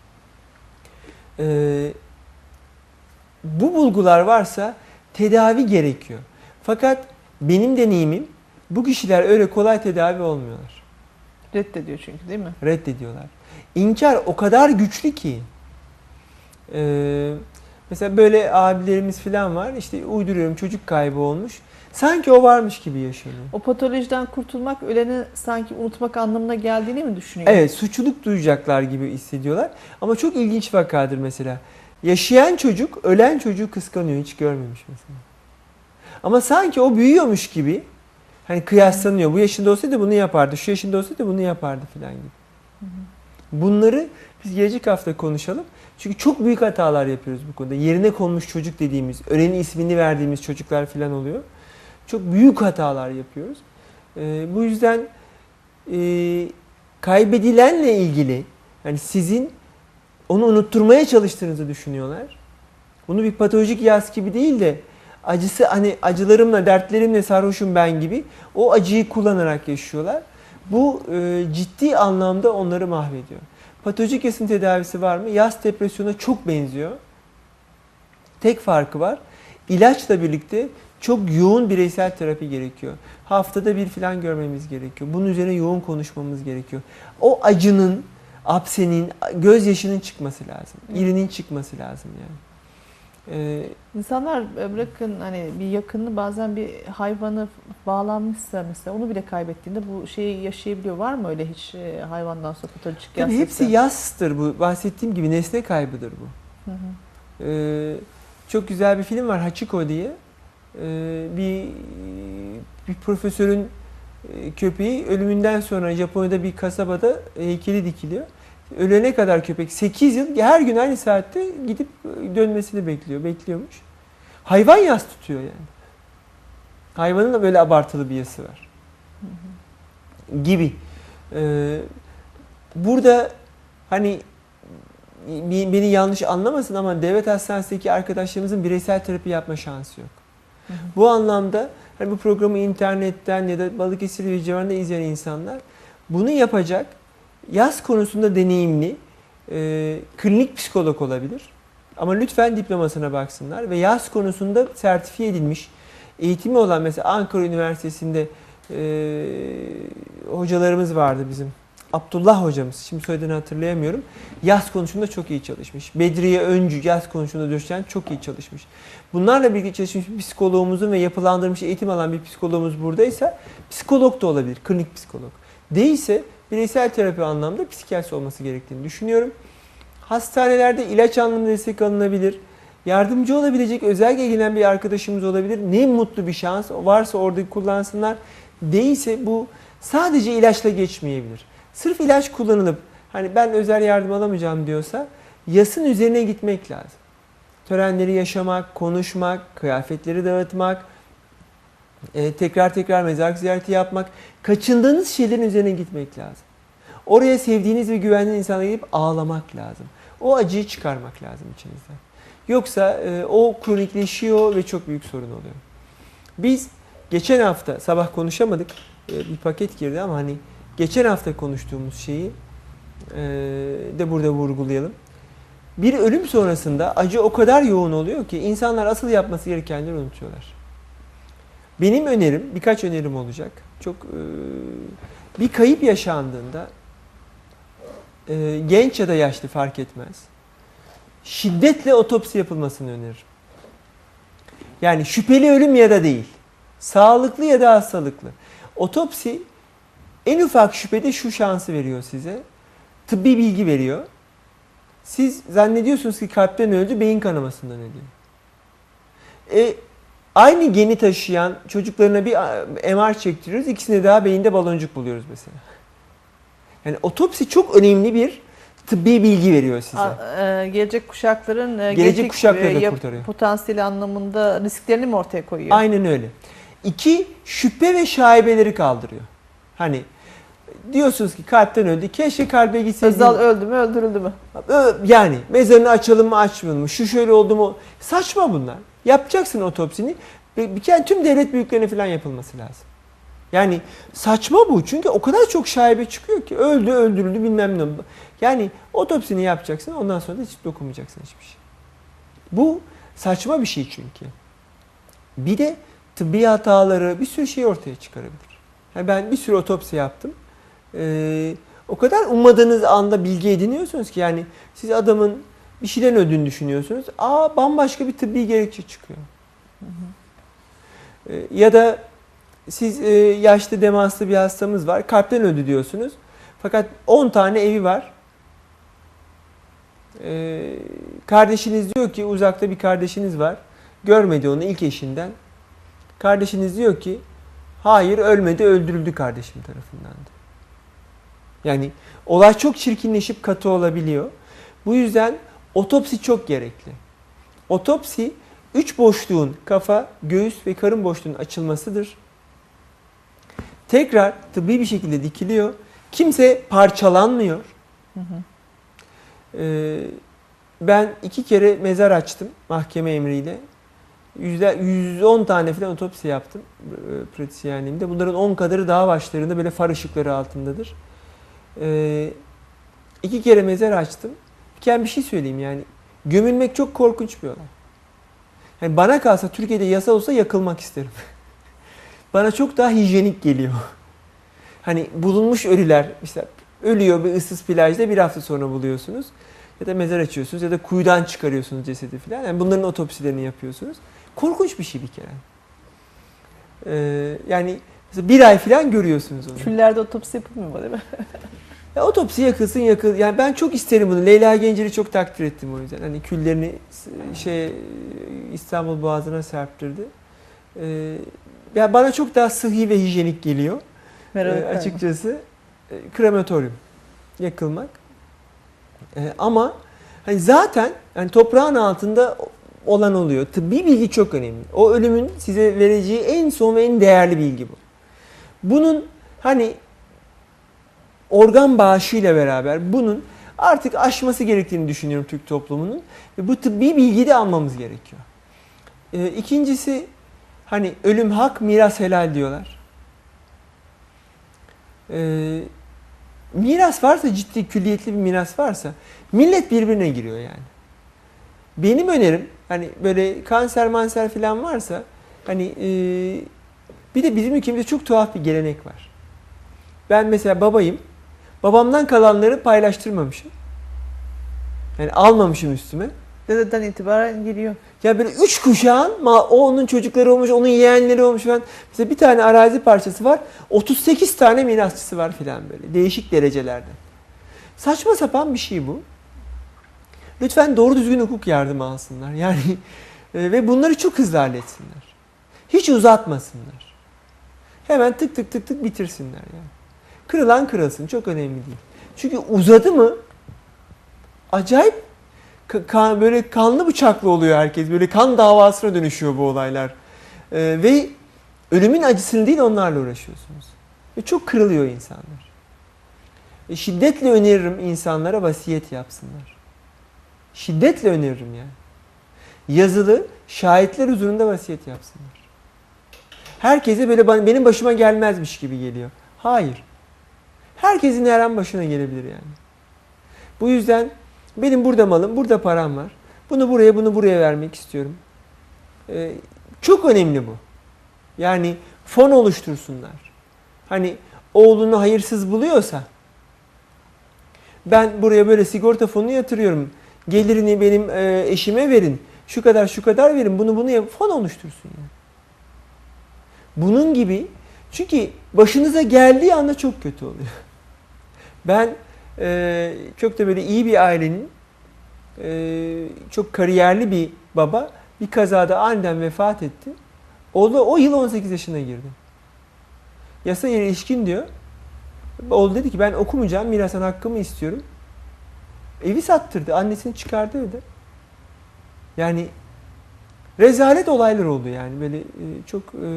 Ee, bu bulgular varsa tedavi gerekiyor. Fakat benim deneyimim, bu kişiler öyle kolay tedavi olmuyorlar. Reddediyor çünkü, değil mi? Reddediyorlar. İnkar o kadar güçlü ki. Ee, mesela böyle abilerimiz falan var. İşte uyduruyorum, çocuk kaybı olmuş. Sanki o varmış gibi yaşanıyor. O patolojiden kurtulmak, öleni sanki unutmak anlamına geldiğini mi düşünüyor? Evet, suçluluk duyacaklar gibi hissediyorlar. Ama çok ilginç vakadır mesela. Yaşayan çocuk, ölen çocuğu kıskanıyor. Hiç görmemiş mesela. Ama sanki o büyüyormuş gibi, hani kıyaslanıyor. Bu yaşında olsaydı bunu yapardı, şu yaşında olsaydı bunu yapardı falan gibi. Hı hı. Bunları biz gelecek hafta konuşalım. Çünkü çok büyük hatalar yapıyoruz bu konuda. Yerine konmuş çocuk dediğimiz, ölenin ismini verdiğimiz çocuklar falan oluyor. Çok büyük hatalar yapıyoruz. Ee, bu yüzden e, kaybedilenle ilgili, yani sizin onu unutturmaya çalıştığınızı düşünüyorlar. Bunu bir patolojik yas gibi değil de Acısı hani acılarımla, dertlerimle sarhoşum ben gibi o acıyı kullanarak yaşıyorlar. Bu e, ciddi anlamda onları mahvediyor. Patolojik yasın tedavisi var mı? Yas depresyona çok benziyor. Tek farkı var. İlaçla birlikte çok yoğun bireysel terapi gerekiyor. Haftada bir falan görmemiz gerekiyor. Bunun üzerine yoğun konuşmamız gerekiyor. O acının, apsenin, gözyaşının çıkması lazım. İrinin çıkması lazım yani. Ee, İnsanlar bırakın hani bir yakınını bazen bir hayvanı bağlanmışsa mesela onu bile kaybettiğinde bu şeyi yaşayabiliyor. Var mı öyle hiç e, hayvandan sonra patolojik yas? tabii hepsi yastır bu. Bahsettiğim gibi nesne kaybıdır bu. Hı hı. Ee, çok güzel bir film var Hachiko diye. Ee, bir bir profesörün e, köpeği ölümünden sonra Japonya'da bir kasabada heykeli dikiliyor. Ölene kadar köpek sekiz yıl her gün aynı saatte gidip dönmesini bekliyor, bekliyormuş. Hayvan yas tutuyor yani. Hayvanın da böyle abartılı bir yası var. Hı hı. Gibi. Ee, burada hani beni yanlış anlamasın ama devlet hastanesindeki arkadaşlarımızın bireysel terapi yapma şansı yok. Hı hı. Bu anlamda hani bu programı internetten ya da Balıkesir ve civarında izleyen insanlar bunu yapacak yas konusunda deneyimli e, klinik psikolog olabilir. Ama lütfen diplomasına baksınlar ve yas konusunda sertifiye edilmiş eğitimi olan mesela Ankara Üniversitesi'nde e, hocalarımız vardı bizim. Abdullah hocamız, şimdi soyadını hatırlayamıyorum. Yas konusunda çok iyi çalışmış. Bedriye Öncü yas konusunda Döşen çok iyi çalışmış. Bunlarla birlikte çalışmış bir psikoloğumuzun ve yapılandırmış eğitim alan bir psikologumuz buradaysa psikolog da olabilir, klinik psikolog. Değilse bireysel terapi anlamda psikiyatrist olması gerektiğini düşünüyorum. Hastanelerde ilaç anlamında destek alınabilir. Yardımcı olabilecek, özellikle ilgilenen bir arkadaşımız olabilir. Ne mutlu bir şans. Varsa orada kullansınlar. Değilse bu sadece ilaçla geçmeyebilir. Sırf ilaç kullanılıp hani ben özel yardım alamayacağım diyorsa yasın üzerine gitmek lazım. Törenleri yaşamak, konuşmak, kıyafetleri dağıtmak, e, tekrar tekrar mezar ziyareti yapmak, kaçındığınız şeylerin üzerine gitmek lazım. Oraya sevdiğiniz ve güvendiğiniz insanlara gidip ağlamak lazım. O acıyı çıkarmak lazım içinizden. Yoksa e, o kronikleşiyor ve çok büyük sorun oluyor. Biz geçen hafta sabah konuşamadık. E, bir paket girdi ama hani geçen hafta konuştuğumuz şeyi e, de burada vurgulayalım. Bir ölüm sonrasında acı o kadar yoğun oluyor ki insanlar asıl yapması gerekenleri unutuyorlar. Benim önerim, birkaç önerim olacak. Çok e, bir kayıp yaşandığında e, genç ya da yaşlı fark etmez. Şiddetle otopsi yapılmasını öneririm. Yani şüpheli ölüm ya da değil. Sağlıklı ya da hastalıklı. Otopsi en ufak şüphede şu şansı veriyor size. Tıbbi bilgi veriyor. Siz zannediyorsunuz ki kalpten öldü, beyin kanamasından ölüyor. E, aynı geni taşıyan çocuklarına bir M R çektiriyoruz. İkisine daha beyinde baloncuk buluyoruz mesela. Yani otopsi çok önemli bir tıbbi bilgi veriyor size. A, e, gelecek kuşakların e, Gelecek kuşakları da kurtarıyor. Potansiyeli anlamında risklerini mi ortaya koyuyor? Aynen öyle. İki, şüphe ve şaibeleri kaldırıyor. Hani diyorsunuz ki kalpten öldü. Keşke kalbe gitseydi. Özal öldü mü, öldürüldü mü? Yani mezarını açalım mı, açmayalım mı? Şu şöyle oldu mu? Saçma bunlar. Yapacaksın otopsini. Bir kere tüm devlet büyüklerine falan yapılması lazım. Yani saçma bu. Çünkü o kadar çok şaibe çıkıyor ki öldü, öldürüldü bilmem ne. Yani otopsini yapacaksın. Ondan sonra da hiç dokunmayacaksın hiçbir şey. Bu saçma bir şey çünkü. Bir de tıbbi hataları bir sürü şey ortaya çıkarabilir. Yani ben bir sürü otopsi yaptım. Ee, o kadar ummadığınız anda bilgi ediniyorsunuz ki yani siz adamın bir şeyden öldüğünü düşünüyorsunuz. Aa bambaşka bir tıbbi gerekçe çıkıyor. Hı hı. Ee, ya da siz e, yaşlı demanslı bir hastamız var. Kalpten öldü diyorsunuz. Fakat on tane evi var. Ee, kardeşiniz diyor ki uzakta bir kardeşiniz var. Görmedi onu ilk eşinden. Kardeşiniz diyor ki hayır ölmedi, öldürüldü kardeşim tarafından. Yani olay çok çirkinleşip katı olabiliyor. Bu yüzden otopsi çok gerekli. Otopsi üç boşluğun kafa, göğüs ve karın boşluğunun açılmasıdır. Tekrar tıbbi bir şekilde dikiliyor. Kimse parçalanmıyor. Hı hı. Ee, ben iki kere mezar açtım mahkeme emriyle. Yüzde, yüz on tane falan otopsi yaptım e, pratisyenliğimde. Bunların on kadarı dağ başlarında böyle far ışıkları altındadır. E, iki kere mezar açtım. Bir bir şey söyleyeyim yani. Gömülmek çok korkunç bir olay. Yani bana kalsa Türkiye'de yasa olsa yakılmak isterim. Bana çok daha hijyenik geliyor. Hani bulunmuş ölüler, işte ölüyor bir ıssız plajda, bir hafta sonra buluyorsunuz. Ya da mezar açıyorsunuz ya da kuyudan çıkarıyorsunuz cesedi falan. Yani bunların otopsilerini yapıyorsunuz. Korkunç bir şey bir kere. Ee, yani mesela bir ay falan görüyorsunuz onu. Küllerde otopsi yapılmıyor mu değil mi? Ya otopsi yakılsın yakıl. Yani ben çok isterim bunu. Leyla Gencer'i çok takdir ettim o yüzden. Hani küllerini şey İstanbul Boğazı'na serptirdi. Ee, ya bana çok daha sıhhi ve hijyenik geliyor. Ee, açıkçası e, krematoryum yakılmak. Ee, ama hani zaten hani toprağın altında olan oluyor. Tıbbi bilgi çok önemli. O ölümün size vereceği en son ve en değerli bilgi bu. Bunun hani organ bağışıyla beraber bunun artık aşması gerektiğini düşünüyorum Türk toplumunun. Ve bu tıbbi bilgiyi de almamız gerekiyor. Ee, ikincisi hani ölüm hak, miras helal diyorlar. Ee, miras varsa, ciddi külliyetli bir miras varsa millet birbirine giriyor yani. Benim önerim hani böyle kanser manser falan varsa hani e, bir de bizim ülkemizde çok tuhaf bir gelenek var. Ben mesela babayım. Babamdan kalanları paylaştırmamışım. Yani almamışım üstüme. Dededen itibaren geliyor. Ya böyle üç kuşağın, o onun çocukları olmuş, onun yeğenleri olmuş falan. Mesela bir tane arazi parçası var, otuz sekiz tane mirasçısı var filan böyle. Değişik derecelerde. Saçma sapan bir şey bu. Lütfen doğru düzgün hukuk yardımı alsınlar. Yani e, ve bunları çok hızlı halletsinler. Hiç uzatmasınlar. Hemen tık tık tık tık bitirsinler yani. Kırılan kırılsın, çok önemli değil. Çünkü uzadı mı acayip kan, böyle kanlı bıçaklı oluyor herkes. Böyle kan davasına dönüşüyor bu olaylar. Ee, ve ölümün acısını değil onlarla uğraşıyorsunuz. Ve çok kırılıyor insanlar. E, şiddetle öneririm insanlara vasiyet yapsınlar. Şiddetle öneririm yani. Yazılı, şahitler huzurunda vasiyet yapsınlar. Herkese böyle benim başıma gelmezmiş gibi geliyor. Hayır. Herkesin her an başına gelebilir yani. Bu yüzden benim burada malım, burada param var. Bunu buraya, bunu buraya vermek istiyorum. Ee, çok önemli bu. Yani fon oluştursunlar. Hani oğlunu hayırsız buluyorsa ben buraya böyle sigorta fonu yatırıyorum. Gelirini benim e, eşime verin. Şu kadar şu kadar verin. Bunu bunu yap. Fon oluştursun yani. Bunun gibi, çünkü başınıza geldiği anda çok kötü oluyor. Ben e, çok da böyle iyi bir ailenin e, çok kariyerli bir baba bir kazada aniden vefat etti. Oğlu o yıl on sekiz yaşına girdi. Yasa ilişkin diyor. Oğlu dedi ki ben okumayacağım, mirastan hakkımı istiyorum. Evi sattırdı, annesini çıkardı evde. Yani rezalet olaylar oldu yani böyle e, çok e,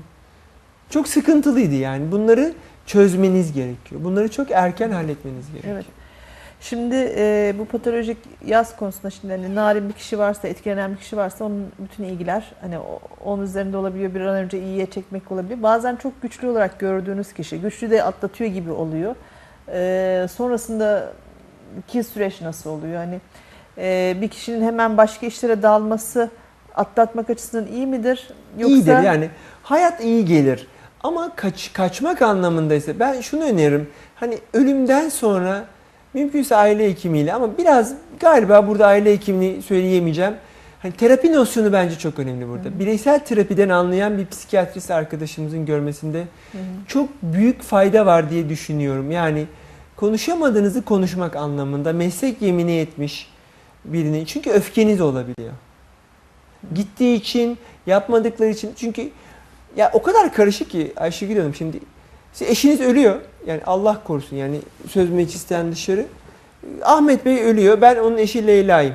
çok sıkıntılıydı yani. Bunları çözmeniz gerekiyor. Bunları çok erken halletmeniz gerekiyor. Evet. Şimdi e, bu patolojik yaz konusunda şimdi hani narin bir kişi varsa, etkilenen bir kişi varsa onun bütün ilgiler hani onun üzerinde olabiliyor, bir an önce iyiye çekmek olabiliyor. Bazen çok güçlü olarak gördüğünüz kişi, güçlü de atlatıyor gibi oluyor. E, sonrasındaki süreç nasıl oluyor? Hani e, bir kişinin hemen başka işlere dalması atlatmak açısından iyi midir? Yoksa... İyidir yani. Hayat iyi gelir. Ama kaç, kaçmak anlamındaysa ben şunu öneririm. Hani ölümden sonra mümkünse aile hekimiyle, ama biraz galiba burada aile hekimini söyleyemeyeceğim. Hani terapi nosyonu bence çok önemli burada. Hı hı. Bireysel terapiden anlayan bir psikiyatrist arkadaşımızın görmesinde hı hı. çok büyük fayda var diye düşünüyorum. Yani konuşamadığınızı konuşmak anlamında, meslek yemini etmiş birini. Çünkü öfkeniz olabiliyor. Hı. Gittiği için, yapmadıkları için. Çünkü ya o kadar karışık ki Ayşegül Hanım, şimdi eşiniz ölüyor. Yani Allah korusun, yani söz meclisten dışarı. Ahmet Bey ölüyor. Ben onun eşi Leyla'yım.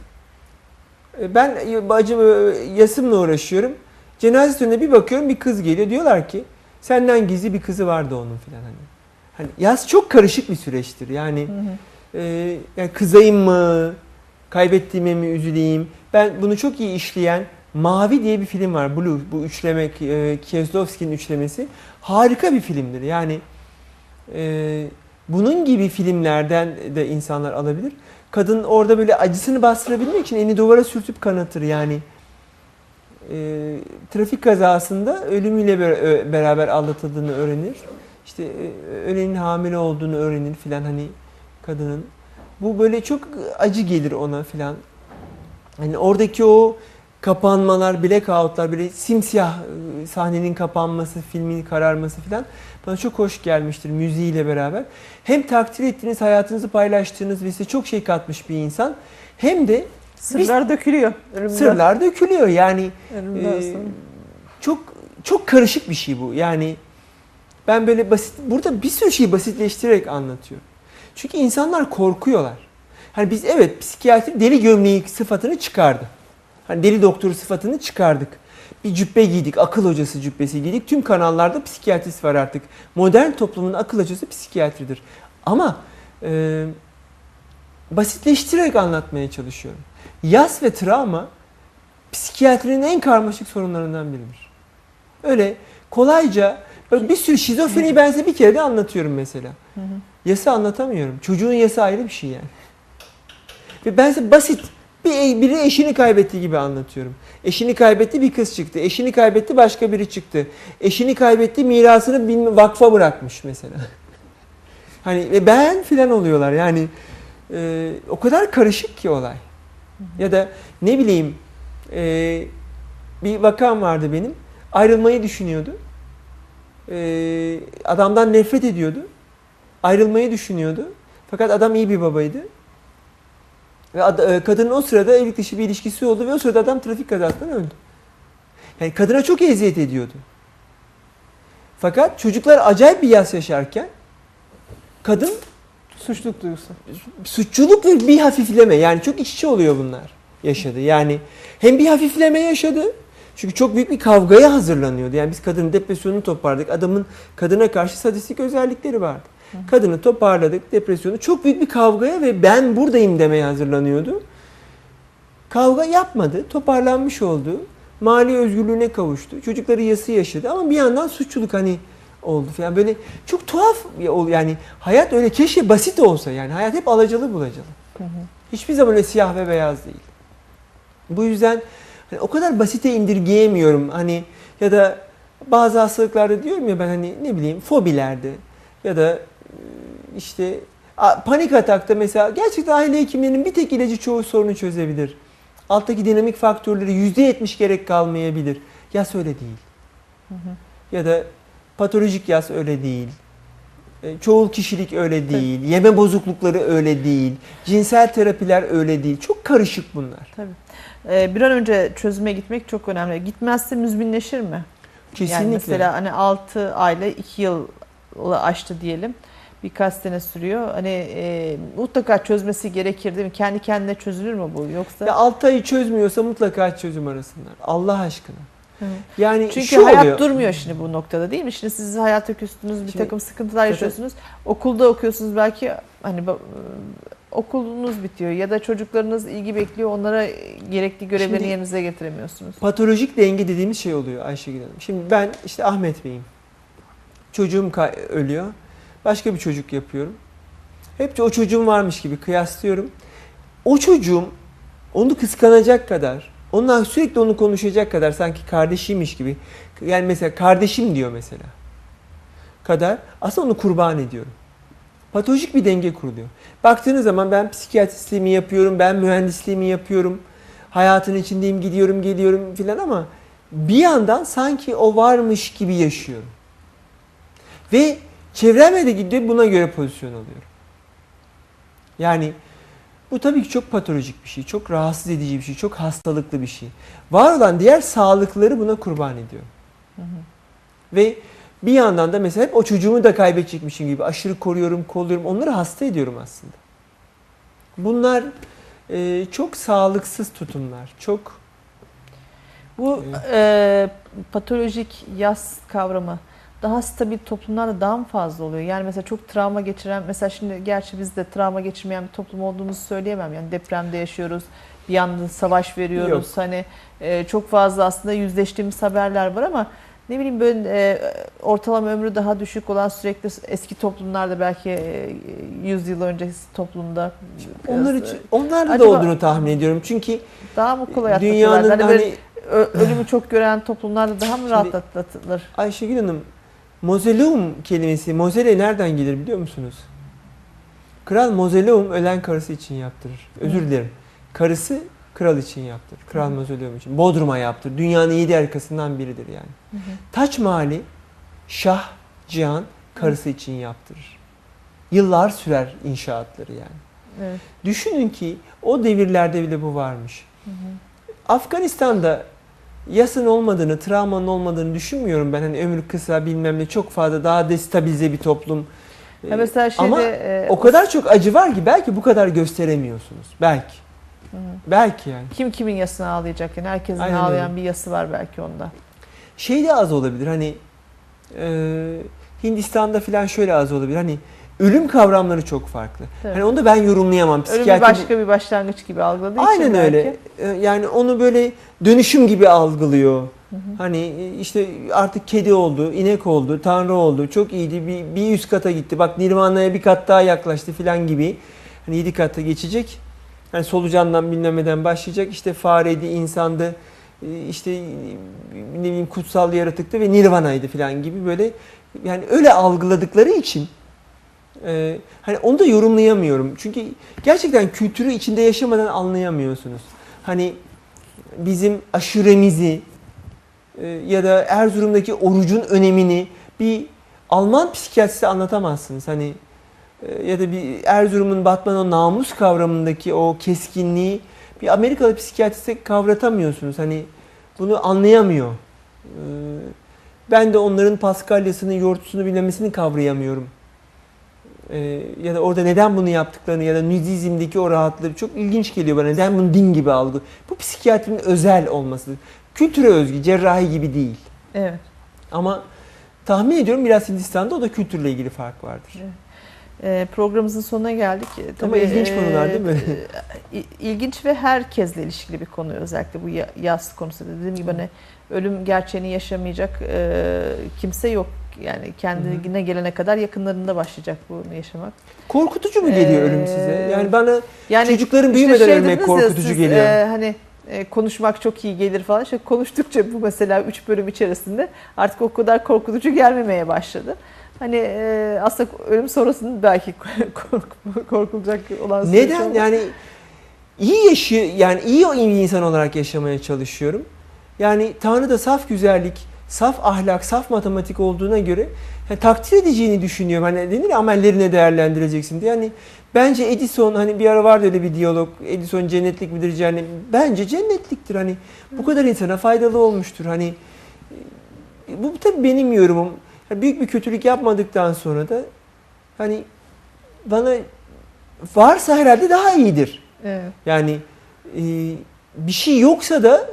Ben bacım Yasım'la uğraşıyorum. Cenaze törenine bir bakıyorum, bir kız geliyor. Diyorlar ki senden gizli bir kızı vardı onun filan hani. Hani yaz çok karışık bir süreçtir. Yani, hı hı. E, yani kızayım mı, kaybettiğime mi üzüleyim? Ben bunu çok iyi işleyen Mavi diye bir film var. Blue. Bu üçleme, e, Kieslowski'nin üçlemesi. Harika bir filmdir. Yani e, bunun gibi filmlerden de insanlar alabilir. Kadın orada böyle acısını bastırabilmek için elini duvara sürtüp kanatır. Yani e, trafik kazasında ölümüyle beraber aldatıldığını öğrenir. İşte e, ölenin hamile olduğunu öğrenir filan, hani kadının. Bu böyle çok acı gelir ona filan. Hani oradaki o kapanmalar, blackoutlar, böyle simsiyah sahnenin kapanması, filmin kararması filan bana çok hoş gelmiştir müziğiyle beraber. Hem takdir ettiğiniz, hayatınızı paylaştığınız ve size çok şey katmış bir insan, hem de sırlar dökülüyor. Sırlar dökülüyor. Yani e, çok çok karışık bir şey bu. Yani ben böyle basit, burada bir sürü şeyi basitleştirerek anlatıyorum. Çünkü insanlar korkuyorlar. Hani biz evet psikiyatri deli gömleği sıfatını çıkardı. Hani deli doktoru sıfatını çıkardık. Bir cübbe giydik, akıl hocası cübbesi giydik. Tüm kanallarda psikiyatrist var artık. Modern toplumun akıl hocası psikiyatridir. Ama e, basitleştirerek anlatmaya çalışıyorum. Yas ve travma psikiyatrinin en karmaşık sorunlarından biridir. Öyle kolayca, böyle bir sürü şizofreni ben size bir kere de anlatıyorum mesela. Hı hı. Yası anlatamıyorum. Çocuğun yası ayrı bir şey yani. Ve ben size basit, bir, biri eşini kaybetti gibi anlatıyorum. Eşini kaybetti, bir kız çıktı. Eşini kaybetti, başka biri çıktı. Eşini kaybetti, mirasını bir vakfa bırakmış mesela. Hani ve ben filan oluyorlar yani. E, o kadar karışık ki olay. Hı hı. Ya da ne bileyim, e, bir vakam vardı benim. Ayrılmayı düşünüyordu. E, adamdan nefret ediyordu. Ayrılmayı düşünüyordu. Fakat adam iyi bir babaydı. Ve ad, kadının o sırada evlilik dışı bir ilişkisi oldu ve o sırada adam trafik kazasından öldü. Yani kadına çok eziyet ediyordu. Fakat çocuklar acayip bir yas yaşarken kadın suçluluk duygusu. Suçluluk ve bir hafifleme, yani çok iç içe oluyor bunlar yaşadı. Yani hem bir hafifleme yaşadı. Çünkü çok büyük bir kavgaya hazırlanıyordu. Yani biz kadının depresyonunu toparladık. Adamın kadına karşı sadistik özellikleri vardı. Hı. Kadını toparladık, depresyonu. Çok büyük bir kavgaya ve ben buradayım demeye hazırlanıyordu. Kavga yapmadı. Toparlanmış oldu. Mali özgürlüğüne kavuştu. Çocukları yası yaşadı ama bir yandan suçluluk hani oldu falan. Böyle çok tuhaf, yani hayat öyle, keşke basit olsa yani. Hayat hep alacalı bulacalı. Hı hı. Hiçbir zaman öyle siyah ve beyaz değil. Bu yüzden hani o kadar basite indirgeyemiyorum. Hani ya da bazı hastalıklarda diyorum ya ben, hani ne bileyim fobilerde ya da işte panik atakta mesela gerçekten aile hekimlerinin bir tek ilacı çoğu sorunu çözebilir. Alttaki dinamik faktörleri yüzde yetmiş gerek kalmayabilir. Yas öyle değil. Hı hı. Ya da patolojik yas öyle değil. Çoğul kişilik öyle değil. Tabii. Yeme bozuklukları öyle değil. Cinsel terapiler öyle değil. Çok karışık bunlar. Tabii. Ee, bir an önce çözüme gitmek çok önemli. Gitmezse müzminleşir mi? Kesinlikle. Yani mesela hani altı ayla iki yıl aştı diyelim. Birkaç sene sürüyor. Hani e, mutlaka çözmesi gerekir değil mi? Kendi kendine çözülür mü bu yoksa? Ya altı ayı çözmüyorsa mutlaka çözüm arasınlar. Allah aşkına. Hı. Yani çünkü şu hayat oluyor. durmuyor şimdi bu noktada değil mi? Şimdi siz hayata küstünüz, bir Şimdi, takım sıkıntılar yaşıyorsunuz. Okulda okuyorsunuz belki, hani okulunuz bitiyor ya da çocuklarınız ilgi bekliyor, onlara gerekli görevlerini şimdi, yerinize getiremiyorsunuz. Patolojik denge dediğimiz şey oluyor Ayşegül Hanım. Şimdi ben işte Ahmet Bey'im. Çocuğum ölüyor. Başka bir çocuk yapıyorum. Hep de o çocuğum varmış gibi kıyaslıyorum. O çocuğum onu kıskanacak kadar, ondan sürekli onu konuşacak kadar, sanki kardeşiymiş gibi. Yani mesela kardeşim diyor mesela. Kadar aslında onu kurban ediyorum. Patolojik bir denge kuruluyor. Baktığınız zaman ben psikiyatristliğimi yapıyorum, ben mühendisliğimi yapıyorum. Hayatın içindeyim, gidiyorum, geliyorum filan ama bir yandan sanki o varmış gibi yaşıyorum. Ve çevreme de gidiyor, buna göre pozisyon alıyorum. Yani bu tabii ki çok patolojik bir şey, çok rahatsız edici bir şey, çok hastalıklı bir şey. Var olan diğer sağlıkları buna kurban ediyorum. Hı hı. Ve bir yandan da mesela hep o çocuğumu da kaybedecekmişim gibi aşırı koruyorum, kolluyorum. Onları hasta ediyorum aslında. Bunlar e, çok sağlıksız tutumlar. Çok bu e, patolojik yas kavramı daha stabil toplumlarda daha mı fazla oluyor? Yani mesela çok travma geçiren, mesela şimdi gerçi biz de travma geçirmeyen bir toplum olduğumuzu söyleyemem. Yani depremde yaşıyoruz, bir yandan savaş veriyoruz. Yok. Hani e, çok fazla aslında yüzleştiğimiz haberler var ama ne bileyim böyle e, ortalama ömrü daha düşük olan sürekli eski toplumlarda belki e, yüz yıl öncesi toplumda Onlar e, için onlarda da acaba olduğunu tahmin ediyorum. Çünkü daha mı kolay dünyanın atlatıyorlar? Hani böyle hani ö- ölümü çok gören toplumlarda daha mı Şimdi- rahat atlatılır? Ayşegül Hanım, mausoleum kelimesi, mausolea nereden gelir biliyor musunuz? Kral mausoleum ölen karısı için yaptırır. Özür Hı. dilerim. Karısı kral için yaptırır. Kral mausoleum için. Bodrum'a yaptırır. Dünyanın yedi harikasından biridir yani. Hı hı. Taç Mahali Şah Cihan karısı için yaptırır. Yıllar sürer inşaatları yani. Evet. Düşünün ki o devirlerde bile bu varmış. Hı hı. Afganistan'da yasın olmadığını, travmanın olmadığını düşünmüyorum ben. Hani ömür kısa bilmem ne, çok fazla daha destabilize bir toplum. Ha mesela şeyde, Ama e, o kadar çok acı var ki belki bu kadar gösteremiyorsunuz. Belki. Hı hı. Belki yani. Kim kimin yasını ağlayacak yani herkesin Aynen ağlayan öyle. bir yası var belki onda. Şey de az olabilir hani e, Hindistan'da falan şöyle az olabilir. Hani ölüm kavramları çok farklı. Tabii. Hani onu da ben yorumlayamam. Ölümü Psikiyatri- başka bir başlangıç gibi algıladığı için Aynen belki. öyle. E, Yani onu böyle dönüşüm gibi algılıyor. Hı hı. Hani işte artık kedi oldu, inek oldu, tanrı oldu, çok iyiydi, bir, bir üst kata gitti. Bak Nirvana'ya bir kat daha yaklaştı filan gibi. Hani yedi kata geçecek. Hani solucandan bilmem neden başlayacak. İşte fareydi, insandı, işte ne bileyim kutsal yaratıktı ve Nirvana'ydı filan gibi böyle. Yani öyle algıladıkları için e, hani onu da yorumlayamıyorum. Çünkü gerçekten kültürü içinde yaşamadan anlayamıyorsunuz. Hani bizim aşuremizi e, ya da Erzurum'daki orucun önemini bir Alman psikiyatrisi anlatamazsınız. Hani e, ya da bir Erzurum'un Batman o namus kavramındaki o keskinliği bir Amerikalı psikiyatriste kavratamıyorsunuz. Hani bunu anlayamıyor. E, ben de onların Paskalyasını, yoğurtlusunu bilmemesini kavrayamıyorum. E, ya da orada neden bunu yaptıklarını ya da nudizmdeki o rahatlığı çok ilginç geliyor bana. Neden bunu din gibi algı? Bu psikiyatrinin özel olması. Kültüre özgü, cerrahi gibi değil. Evet. Ama tahmin ediyorum biraz Hindistan'da o da kültürle ilgili fark vardır. Evet. E, programımızın sonuna geldik. E, Ama ilginç konular değil mi? E, ilginç ve herkesle ilişkili bir konu, özellikle bu ya- yas konusu. Dediğim gibi hani ölüm gerçeğini yaşamayacak e, kimse yok. Yani kendine gelene kadar yakınlarında başlayacak bunu yaşamak. Korkutucu mu geliyor Ee, ölüm size? Yani bana Yani çocukların işte büyümeden şey ölmek dediniz ya, korkutucu siz, geliyor. e, hani e, konuşmak çok iyi gelir falan. İşte konuştukça bu mesela üç bölüm içerisinde artık o kadar korkutucu gelmemeye başladı. Hani e, aslında ölüm sonrasında belki kork- korkulacak olan süreç Neden? oldu. Yani iyi yaşı yani iyi bir insan olarak yaşamaya çalışıyorum. Yani Tanrı da saf güzellik, saf ahlak, saf matematik olduğuna göre yani takdir edeceğini düşünüyorum. Hani denir ya, amellerine değerlendireceksin diye. Yani bence Edison, hani bir ara vardı öyle bir diyalog. Edison cennetlik midir cehennem? Bence cennetliktir. Hani bu kadar insana faydalı olmuştur. Hani bu tabii benim yorumum. Büyük bir kötülük yapmadıktan sonra da hani bana varsa herhalde daha iyidir. Evet. Yani e, bir şey yoksa da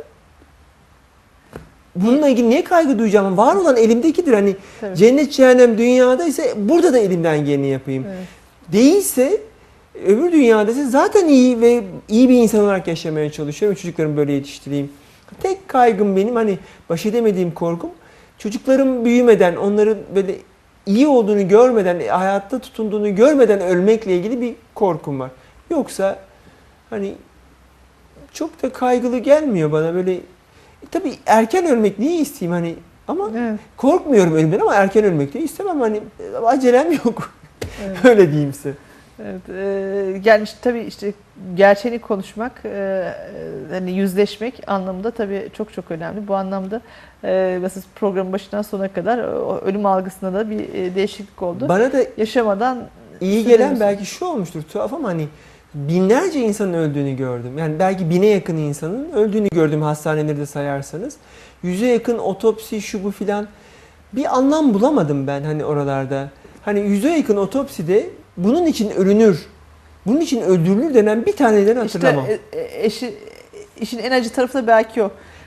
bununla ilgili niye kaygı duyacağım? Var olan elimdekidir. Hani Tabii. cennet cehennem dünyada ise burada da elimden geleni yapayım. Evet. Değilse öbür dünyada ise zaten iyi ve iyi bir insan olarak yaşamaya çalışıyorum. Çocuklarımı böyle yetiştireyim. Tek kaygım benim, hani baş edemediğim korkum, çocuklarım büyümeden, onların böyle iyi olduğunu görmeden, hayatta tutunduğunu görmeden ölmekle ilgili bir korkum var. Yoksa hani çok da kaygılı gelmiyor bana böyle. E, tabii erken ölmek niye isteyeyim hani, ama Evet. korkmuyorum ölümden, ama erken ölmek de istemem, hani acelem yok. Evet. Öyle diyeyim size. Evet, e, yani işte, tabii işte gerçeğini konuşmak, e, hani yüzleşmek anlamında tabii çok çok önemli. Bu anlamda e, mesela programın başından sonuna kadar o ölüm algısında da bir e, değişiklik oldu. Bana da Yaşamadan iyi gelen belki şu olmuştur, tuhaf ama hani binlerce insanın öldüğünü gördüm. Yani belki bine yakın insanın öldüğünü gördüm, hastaneleri de sayarsanız. Yüze yakın otopsi şu bu filan, bir anlam bulamadım ben hani oralarda. Hani yüze yakın otopside bunun için ölünür, bunun için öldürülür denen bir taneden hatırlamam. İşte e, eşi, işin en acı tarafı da belki o.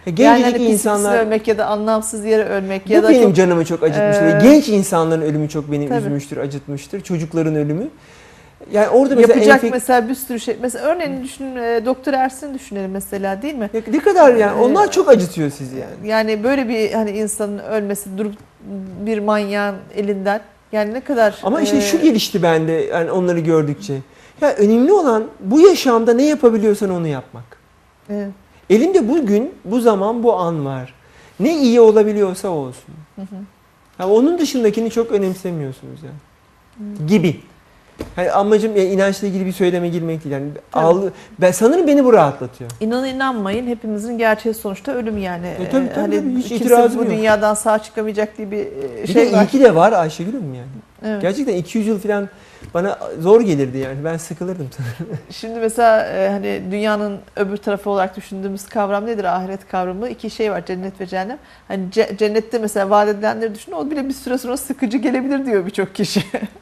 Gencecik Yani hani insanlar insanlar ölmek ya da anlamsız yere ölmek bu ya da benim çok canımı çok acıtmıştır. Ee, Genç insanların ölümü çok beni tabii. üzmüştür, acıtmıştır. Çocukların ölümü. Yani orada mesela yapacak enfek- mesela bir sürü şey. Mesela örneğin düşünün, e, Doktor Ersin'i düşünelim mesela, değil mi? ne kadar yani onlar Ee, çok acıtıyor sizi yani. Yani böyle bir hani insanın ölmesi, durup bir manyağın elinden, yani ne kadar Ama işte e, şu gelişti bende yani onları gördükçe. Ya önemli olan bu yaşamda ne yapabiliyorsan onu yapmak. evet. Elinde bugün, bu zaman, bu an var. Ne iyi olabiliyorsa olsun. Hı hı. Ya onun dışındakini çok önemsemiyorsunuz yani. Hı. Gibi. Hani amacım ya inançla ilgili bir söyleme girmek değil. Yani Tabii. algı, ben sanırım beni bu rahatlatıyor. İnanın inanmayın, hepimizin gerçeği sonuçta ölüm yani. E, tabii, tabii, hani tabii. Hiç kimse itirazım bu yok. dünyadan sağ çıkamayacak diye bir e, Bir şey de var. iyi ki de var Ayşegül'üm yani. Evet. Gerçekten iki yüz yıl falan bana zor gelirdi yani. Ben sıkılırdım sanırım. Şimdi mesela e, hani dünyanın öbür tarafı olarak düşündüğümüz kavram nedir? Ahiret kavramı. İki şey var, cennet ve cehennem. Hani ce- cennette mesela vaat edilenleri düşünün, o bile bir süre sonra sıkıcı gelebilir diyor birçok kişi.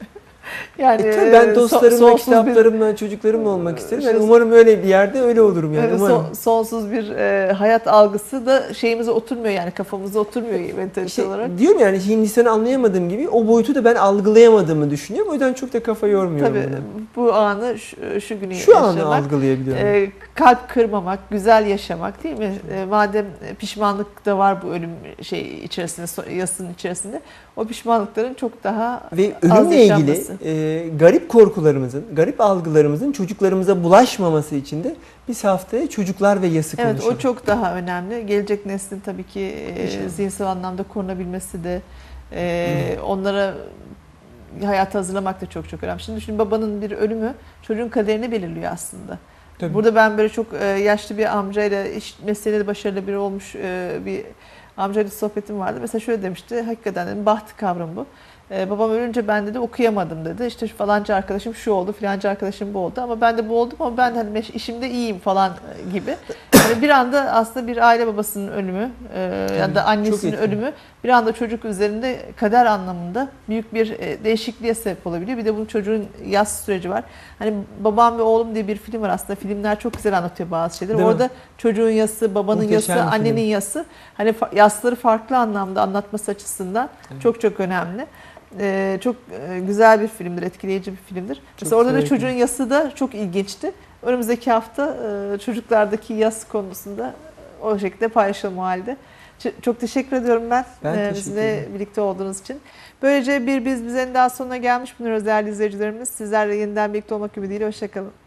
Yani E tabii ben e, dostlarımla, sonsuz bir- kitaplarımla, çocuklarımla olmak isterim. Yani Şey- umarım öyle bir yerde öyle olurum yani. Evet, Umarım. son- sonsuz bir e, hayat algısı da şeyimize oturmuyor, yani kafamıza oturmuyor mentalite İşte olarak. diyorum yani Hindistan'ı anlayamadığım gibi o boyutu da ben algılayamadığımı düşünüyorum. O yüzden çok da kafa yormuyorum Tabii buna. bu anı şu, şu günü Şu anı yaşamak, algılayabiliyorum. e, kalp kırmamak, güzel yaşamak, değil mi? E, madem pişmanlık da var bu ölüm şey içerisinde, so- yasının içerisinde, o pişmanlıkların çok daha Ve az ölümle ilgili yaşanması. e, garip korkularımızın, garip algılarımızın çocuklarımıza bulaşmaması için de biz haftaya çocuklar ve yası Evet, konuşalım. o çok daha önemli. Gelecek neslin tabii ki e, İnşallah. zihinsel anlamda korunabilmesi de, e, onlara hayata hazırlamak da çok çok önemli. Şimdi düşünün, babanın bir ölümü çocuğun kaderini belirliyor aslında. Tabii. Burada ben böyle çok e, yaşlı bir amcayla, iş mesleğinde başarılı biri olmuş e, bir amcayla sohbetim vardı. Mesela şöyle demişti, hakikaten dedim, baht kavramı bu. E, babam ölünce ben dedi okuyamadım dedi. İşte şu falanca arkadaşım şu oldu, filanca arkadaşım bu oldu, ama ben de bu oldum, ama ben hani meş- işimde iyiyim falan e, gibi. Yani bir anda aslında bir aile babasının ölümü e, ya da çok annesinin etkili. ölümü bir anda çocuk üzerinde kader anlamında büyük bir e, değişikliğe sebep olabiliyor. Bir de bunun çocuğun yas süreci var. Hani Babam ve Oğlum diye bir film var aslında. Filmler çok güzel anlatıyor bazı şeyleri. Değil mi? Orada çocuğun yası, babanın Muhteşem yası, bir annenin film. yası. Hani fa- yasları farklı anlamda anlatması açısından Evet. çok çok önemli. Ee, çok e, güzel bir filmdir, etkileyici bir filmdir. Mesela orada da severek çocuğun yası da çok ilginçti. Önümüzdeki hafta e, çocuklardaki yas konusunda o şekilde paylaşalım o halde. Ç- Çok teşekkür ediyorum ben, Ben e, teşekkür bizimle ederim. birlikte olduğunuz için. Böylece bir Biz Bize'nin daha sonuna gelmiş bulunuyoruz değerli izleyicilerimiz. Sizlerle yeniden birlikte olmak ümidiyle. Hoşçakalın.